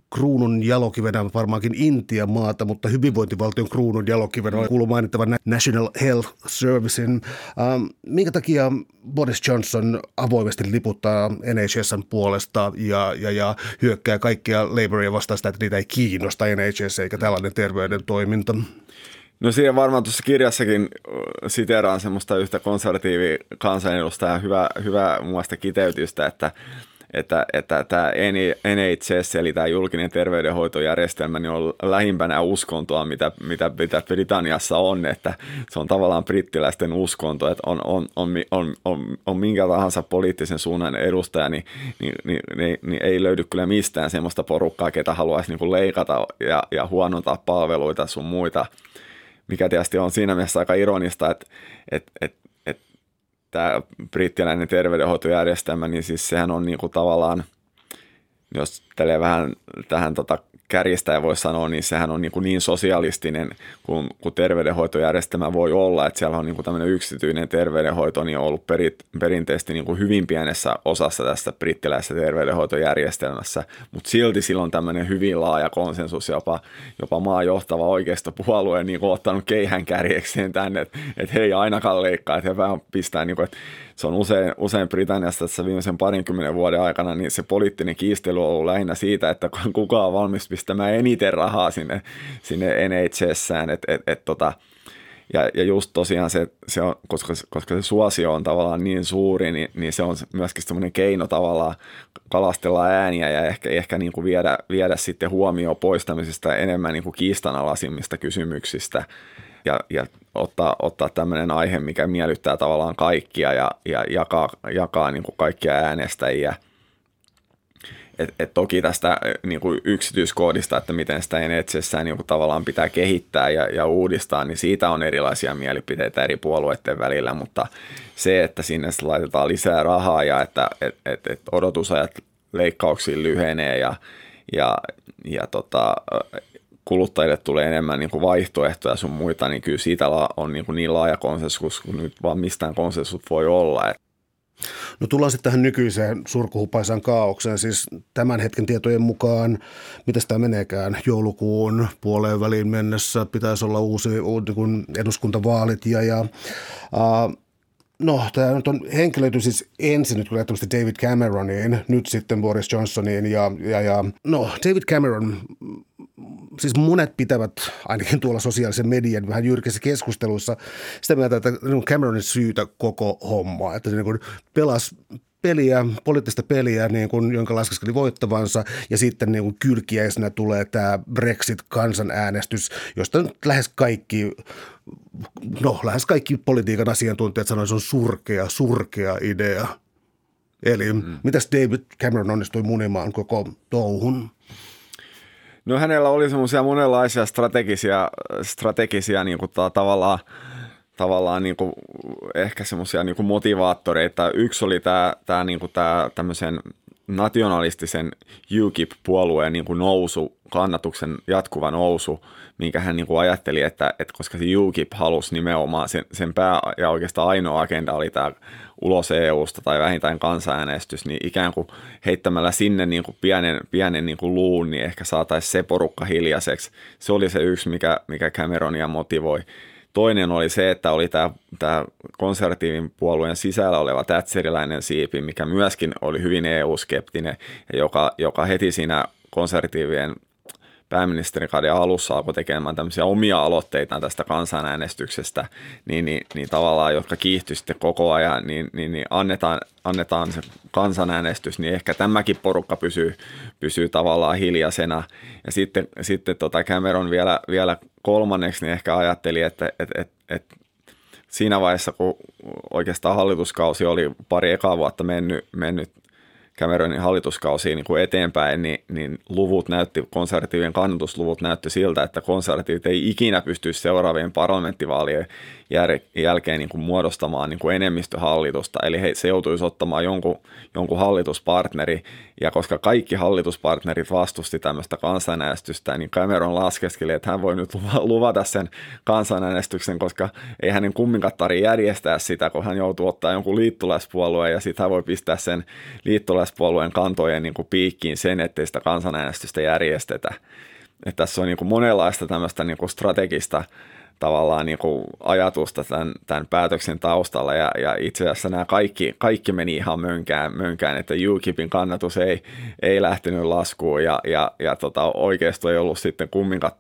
kruunun jalokivenä varmaankin Intian maata, mutta hyvinvointivaltion kruunun jalokivenä kuuluu mainittava National Health Servicein. Minkä takia Boris Johnson avoimesti liputtaa NHS:n puolesta ja hyökkää kaikkia Labouria vastaan sitä, että niitä ei kiinnosta NHS eikä tällainen terveyden toiminta? No siinä varmaan tuossa kirjassakin siteeraan semmoista yhtä konservatiivia kansanedustajaa hyvä mun mielestä kiteytystä, että tämä NHS eli tämä julkinen terveydenhoitonjärjestelmä niin on lähimpänä uskontoa, mitä Britanniassa on, että se on tavallaan brittiläisten uskonto, että on minkä tahansa poliittisen suunnan edustaja, niin ei löydy kyllä mistään semmoista porukkaa, ketä haluaisi niin kuin leikata ja huonontaa palveluita sun muita, mikä tietysti on siinä mielessä aika ironista, että tämä brittiläinen terveydenhoitojärjestelmä, niin siis sehän on niinku tavallaan, jos tälle vähän tähän kärjistäjä voi sanoa, niin sehän on niin sosialistinen kuin terveydenhoitojärjestelmä voi olla, että siellä on niin tämmöinen yksityinen terveydenhoito niin on ollut perinteisesti niin hyvin pienessä osassa tästä brittiläisessä terveydenhoitojärjestelmässä, mutta silti sillä on tämmöinen hyvin laaja konsensus, jopa maan johtava oikeistopuolue niin ottanut keihään kärjekseen tänne, että hei ainakaan leikkaa, että he vähän pistää, niin kuin, että se on usein Britanniassa tässä viimeisen 20 vuoden aikana, niin se poliittinen kiistely on ollut lähinnä siitä, että kuka on valmis pistämään eniten rahaa sinne NHS:ään, ja just tosiaan se on, koska se suosio on tavallaan niin suuri, niin se on myöskin semmoinen keino tavallaan kalastella ääniä ja ehkä niin kuin viedä sitten huomioon poistamisesta enemmän niin kuin kiistanalaisimmista kysymyksistä ja ottaa tämmöinen aihe, mikä miellyttää tavallaan kaikkia ja jakaa niin kuin kaikkia äänestäjiä. Et toki tästä niin kuin yksityiskoodista, että miten sitä NHS:ää niin kuin tavallaan pitää kehittää ja uudistaa, niin siitä on erilaisia mielipiteitä eri puolueiden välillä, mutta se, että sinne laitetaan lisää rahaa ja että odotusajat leikkauksiin lyhenee ja kuluttajille tulee enemmän niin kuin vaihtoehtoja sun muita, niin kyllä siitä on niin laaja konsensus, kun nyt vaan mistään konsensus voi olla. No tullaan sitten tähän nykyiseen surkuhupaisaan kaaukseen, siis tämän hetken tietojen mukaan, miten tämä meneekään, joulukuun puoleen väliin mennessä pitäisi olla uusi niin eduskuntavaalit no, tämä nyt on henkilöity siis ensin nyt kyllä David Cameroniin, nyt sitten Boris Johnsoniin ja no David Cameron, siis monet pitävät ainakin tuolla sosiaalisen median vähän jyrkissä keskusteluissa sitä mieltä, että Cameronin syytä koko hommaa, että se niin kuin pelasi poliittista peliä, niin kuin, jonka laskeskeli voittavansa, ja sitten niin kuin kylkiäisenä tulee tämä Brexit-kansanäänestys, josta nyt lähes kaikki politiikan asiantuntijat sanoivat, että se on surkea idea. Eli mitäs David Cameron onnistui munimaan koko touhun? No hänellä oli semmoisia monenlaisia strategisia niin kuin tavallaan niin kuin ehkä semmoisia niin kuin motivaattoreita. Yksi oli tämä niin kuin tämmöisen nationalistisen UKIP-puolueen niin kuin nousu, kannatuksen jatkuva nousu, minkä hän niin kuin ajatteli, että koska se UKIP halusi nimenomaan, sen pää ja oikeastaan ainoa agenda oli tämä ulos EUsta tai vähintään kansanäänestys, niin ikään kuin heittämällä sinne niin kuin pienen niin kuin luun, niin ehkä saataisiin se porukka hiljaiseksi. Se oli se yksi, mikä Cameronia motivoi. Toinen oli se, että oli tämä konservatiivin puolueen sisällä oleva thatcheriläinen siipi, mikä myöskin oli hyvin EU-skeptinen ja joka heti siinä konservatiivien pääministerikauden alussa alkoi tekemään tämmöisiä omia aloitteita tästä kansanäänestyksestä, niin tavallaan, jotka kiihtyi sitten koko ajan, niin annetaan se kansanäänestys, niin ehkä tämäkin porukka pysyy tavallaan hiljaisena. Ja sitten Cameron vielä kolmanneksi niin ehkä ajatteli, että siinä vaiheessa, kun oikeastaan hallituskausi oli pari ekaa vuotta mennyt Cameronin hallituskausiin niin kuin eteenpäin, niin konservatiivien kannatusluvut näytti siltä, että konservatiivit ei ikinä pysty seuraavien parlamenttivaalien jälkeen niin kuin muodostamaan niin kuin enemmistöhallitusta. Eli se joutuisi ottamaan jonkun hallituspartneri, ja koska kaikki hallituspartnerit vastusti tämmöistä kansanäänestystä, niin Cameron laskeskeli, että hän voi nyt luvata sen kansanäänestyksen, koska ei hänen kumminkaan tarvitse järjestää sitä, kun hän joutuu ottaa jonkun liittolaispuolueen, ja sitten hän voi pistää sen liittolaispuolueen kansalaispuolueen kantojen niin kuin piikkiin sen, ettei sitä kansanäänestystä järjestetä. Että tässä on niin kuin monenlaista tämmöistä niin kuin strategista tavallaan niin kuin ajatusta tämän päätöksen taustalla, ja itse asiassa nämä kaikki meni ihan mönkään, että UKIPin kannatus ei lähtenyt laskuun, ja oikeisto ei ollut sitten kumminkaan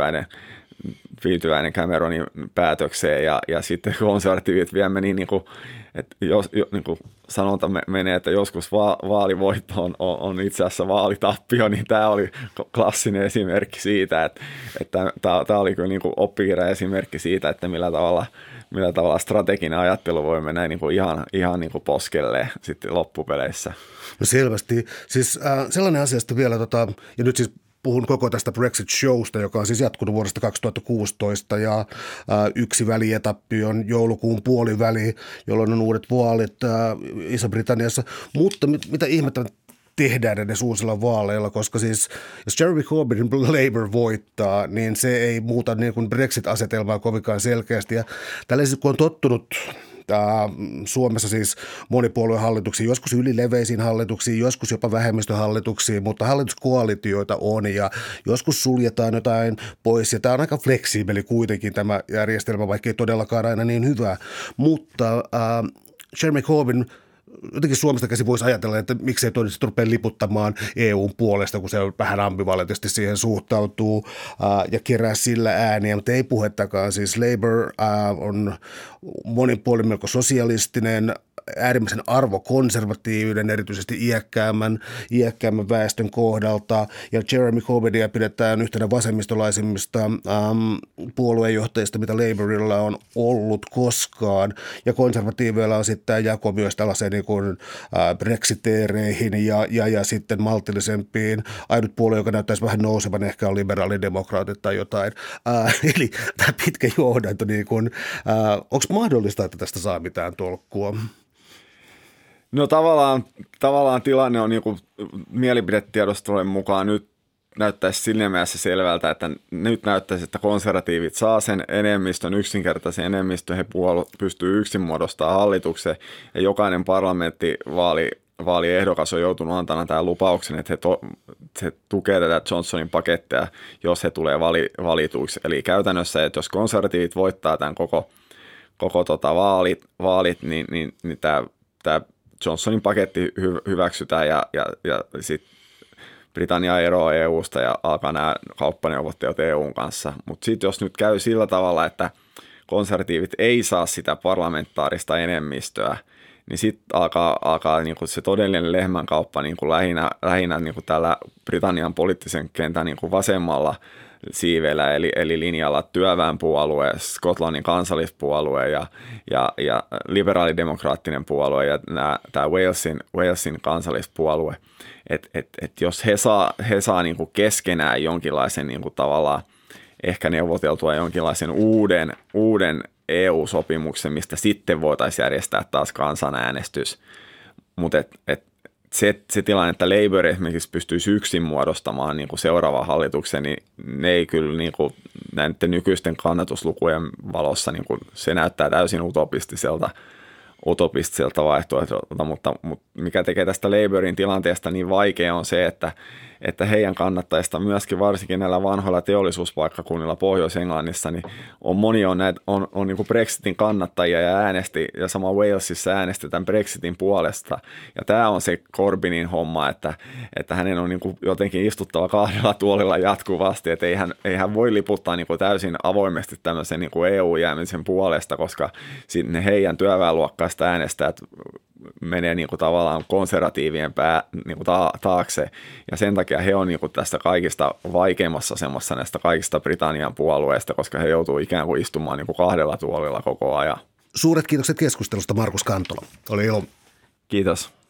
tyytyväinen Cameronin päätökseen, ja sitten konservatiivit vielä meni, niin kuin, että niin kuin sanonta menee, että joskus vaalivoitto on itse asiassa vaalitappio, niin tämä oli klassinen esimerkki siitä, että tämä oli kyllä niin kuin oppikirjaesimerkki siitä, että millä tavalla strateginen ajattelu voi mennä niin kuin ihan niin kuin poskelleen sitten loppupeleissä. No selvästi. Siis sellainen asia vielä, ja nyt siis puhun koko tästä Brexit-showsta, joka on siis jatkunut vuodesta 2016, ja yksi välietappi on joulukuun puoliväli, jolloin on uudet vaalit Iso-Britanniassa. Mutta mitä ihmettä tehdään edes uusilla vaaleilla, koska siis jos Jeremy Corbynin Labour voittaa, niin se ei muuta niin kuin Brexit-asetelmaa kovinkaan selkeästi. Ja tällaisiksi kun on tottunut Suomessa siis monipuoluehallituksiin, joskus ylileveisiin hallituksiin, joskus jopa vähemmistöhallituksiin, mutta hallituskoalitioita on ja joskus suljetaan jotain pois, ja tämä on aika fleksiibeli kuitenkin tämä järjestelmä, vaikka ei todellakaan aina niin hyvä, mutta Jeremy Corbyn jotenkin Suomesta käsin voisi ajatella, että miksei todennäköisesti rupea liputtamaan EUn puolesta, kun se vähän ambivalentisti siihen suhtautuu ja kerää sillä ääniä, mutta ei puhettakaan. Siis Labour on monin puolin melko sosialistinen, äärimmäisen arvokonservatiivinen, erityisesti iäkkäämmän väestön kohdalta, ja Jeremy Corbynia pidetään yhtenä vasemmistolaisimmista puoluejohtajista, mitä Labourilla on ollut koskaan, ja konservatiiveilla on sitten tämä jako myös tällaiseen niin kuin brexiteereihin ja sitten maltillisempiin. Ainut puolue, joka näyttäisi vähän nousevan, ehkä on liberaalidemokraatit tai jotain. Eli tämä pitkä johdanto, niin onko mahdollista, että tästä saa mitään tolkkua? No tavallaan tilanne on niin kuin mielipidetiedostelujen mukaan nyt näyttäisi siinä mielessä selvältä, että nyt näyttäisi, että konservatiivit saa sen enemmistön, yksinkertaisen enemmistön, he pystyy yksin muodostamaan hallituksen, ja jokainen parlamenttivaaliehdokas on joutunut antamaan tämän lupauksen, että he tukee tätä Johnsonin pakettia, jos he tulee valituiksi. Eli käytännössä, että jos konservatiivit voittaa tämän koko vaalit, niin tämä Johnsonin paketti hyväksytään, ja sitten Britannia eroaa EUsta ja alkaa nämä kauppaneuvottelut EUn kanssa. Mutta sitten jos nyt käy sillä tavalla, että konservatiivit ei saa sitä parlamentaarista enemmistöä, niin sitten alkaa niinku se todellinen lehmänkauppa niinku lähinnä niinku tällä Britannian poliittisen kentän niinku vasemmalla siiveellä, eli linjalla työväenpuolue, Skotlannin kansallispuolue ja liberaalidemokraattinen puolue ja tämä Walesin kansallispuolue. Et jos he saa niinku keskenään jonkinlaisen niinku tavallaan ehkä neuvoteltua jonkinlaisen uuden EU-sopimuksen, mistä sitten voitaisiin järjestää taas kansanäänestys. Mutta se tilanne, että Labour esimerkiksi pystyisi yksin muodostamaan niin kuin seuraavan hallituksen, niin ne ei kyllä niin kuin näiden nykyisten kannatuslukujen valossa, niin kuin se näyttää täysin utopistiselta vaihtoehdolta, mutta mikä tekee tästä Labourin tilanteesta niin vaikea on se, että heidän kannattajista myöskin varsinkin näillä vanhoilla teollisuuspaikkakunnilla Pohjois-Englannissa, niin on niin kuin Brexitin kannattajia ja sama Walesissa äänesti tämän Brexitin puolesta. Ja tämä on se Corbynin homma, että hänen on niin kuin jotenkin istuttava kahdella tuolilla jatkuvasti, että ei hän voi liputtaa niin kuin täysin avoimesti tämmöisen niin kuin EU-jäämisen puolesta, koska sitten heidän työväenluokkaista äänestäjät menee niin kuin tavallaan konservatiivien niin kuin taakse, ja sen takia he on niin kuin tästä kaikista vaikeimmassa asemassa näistä kaikista Britannian puolueista, koska he joutuu ikään kuin istumaan niin kuin kahdella tuolilla koko ajan. Suuret kiitokset keskustelusta, Markus Kantola. Oli ilo. Kiitos.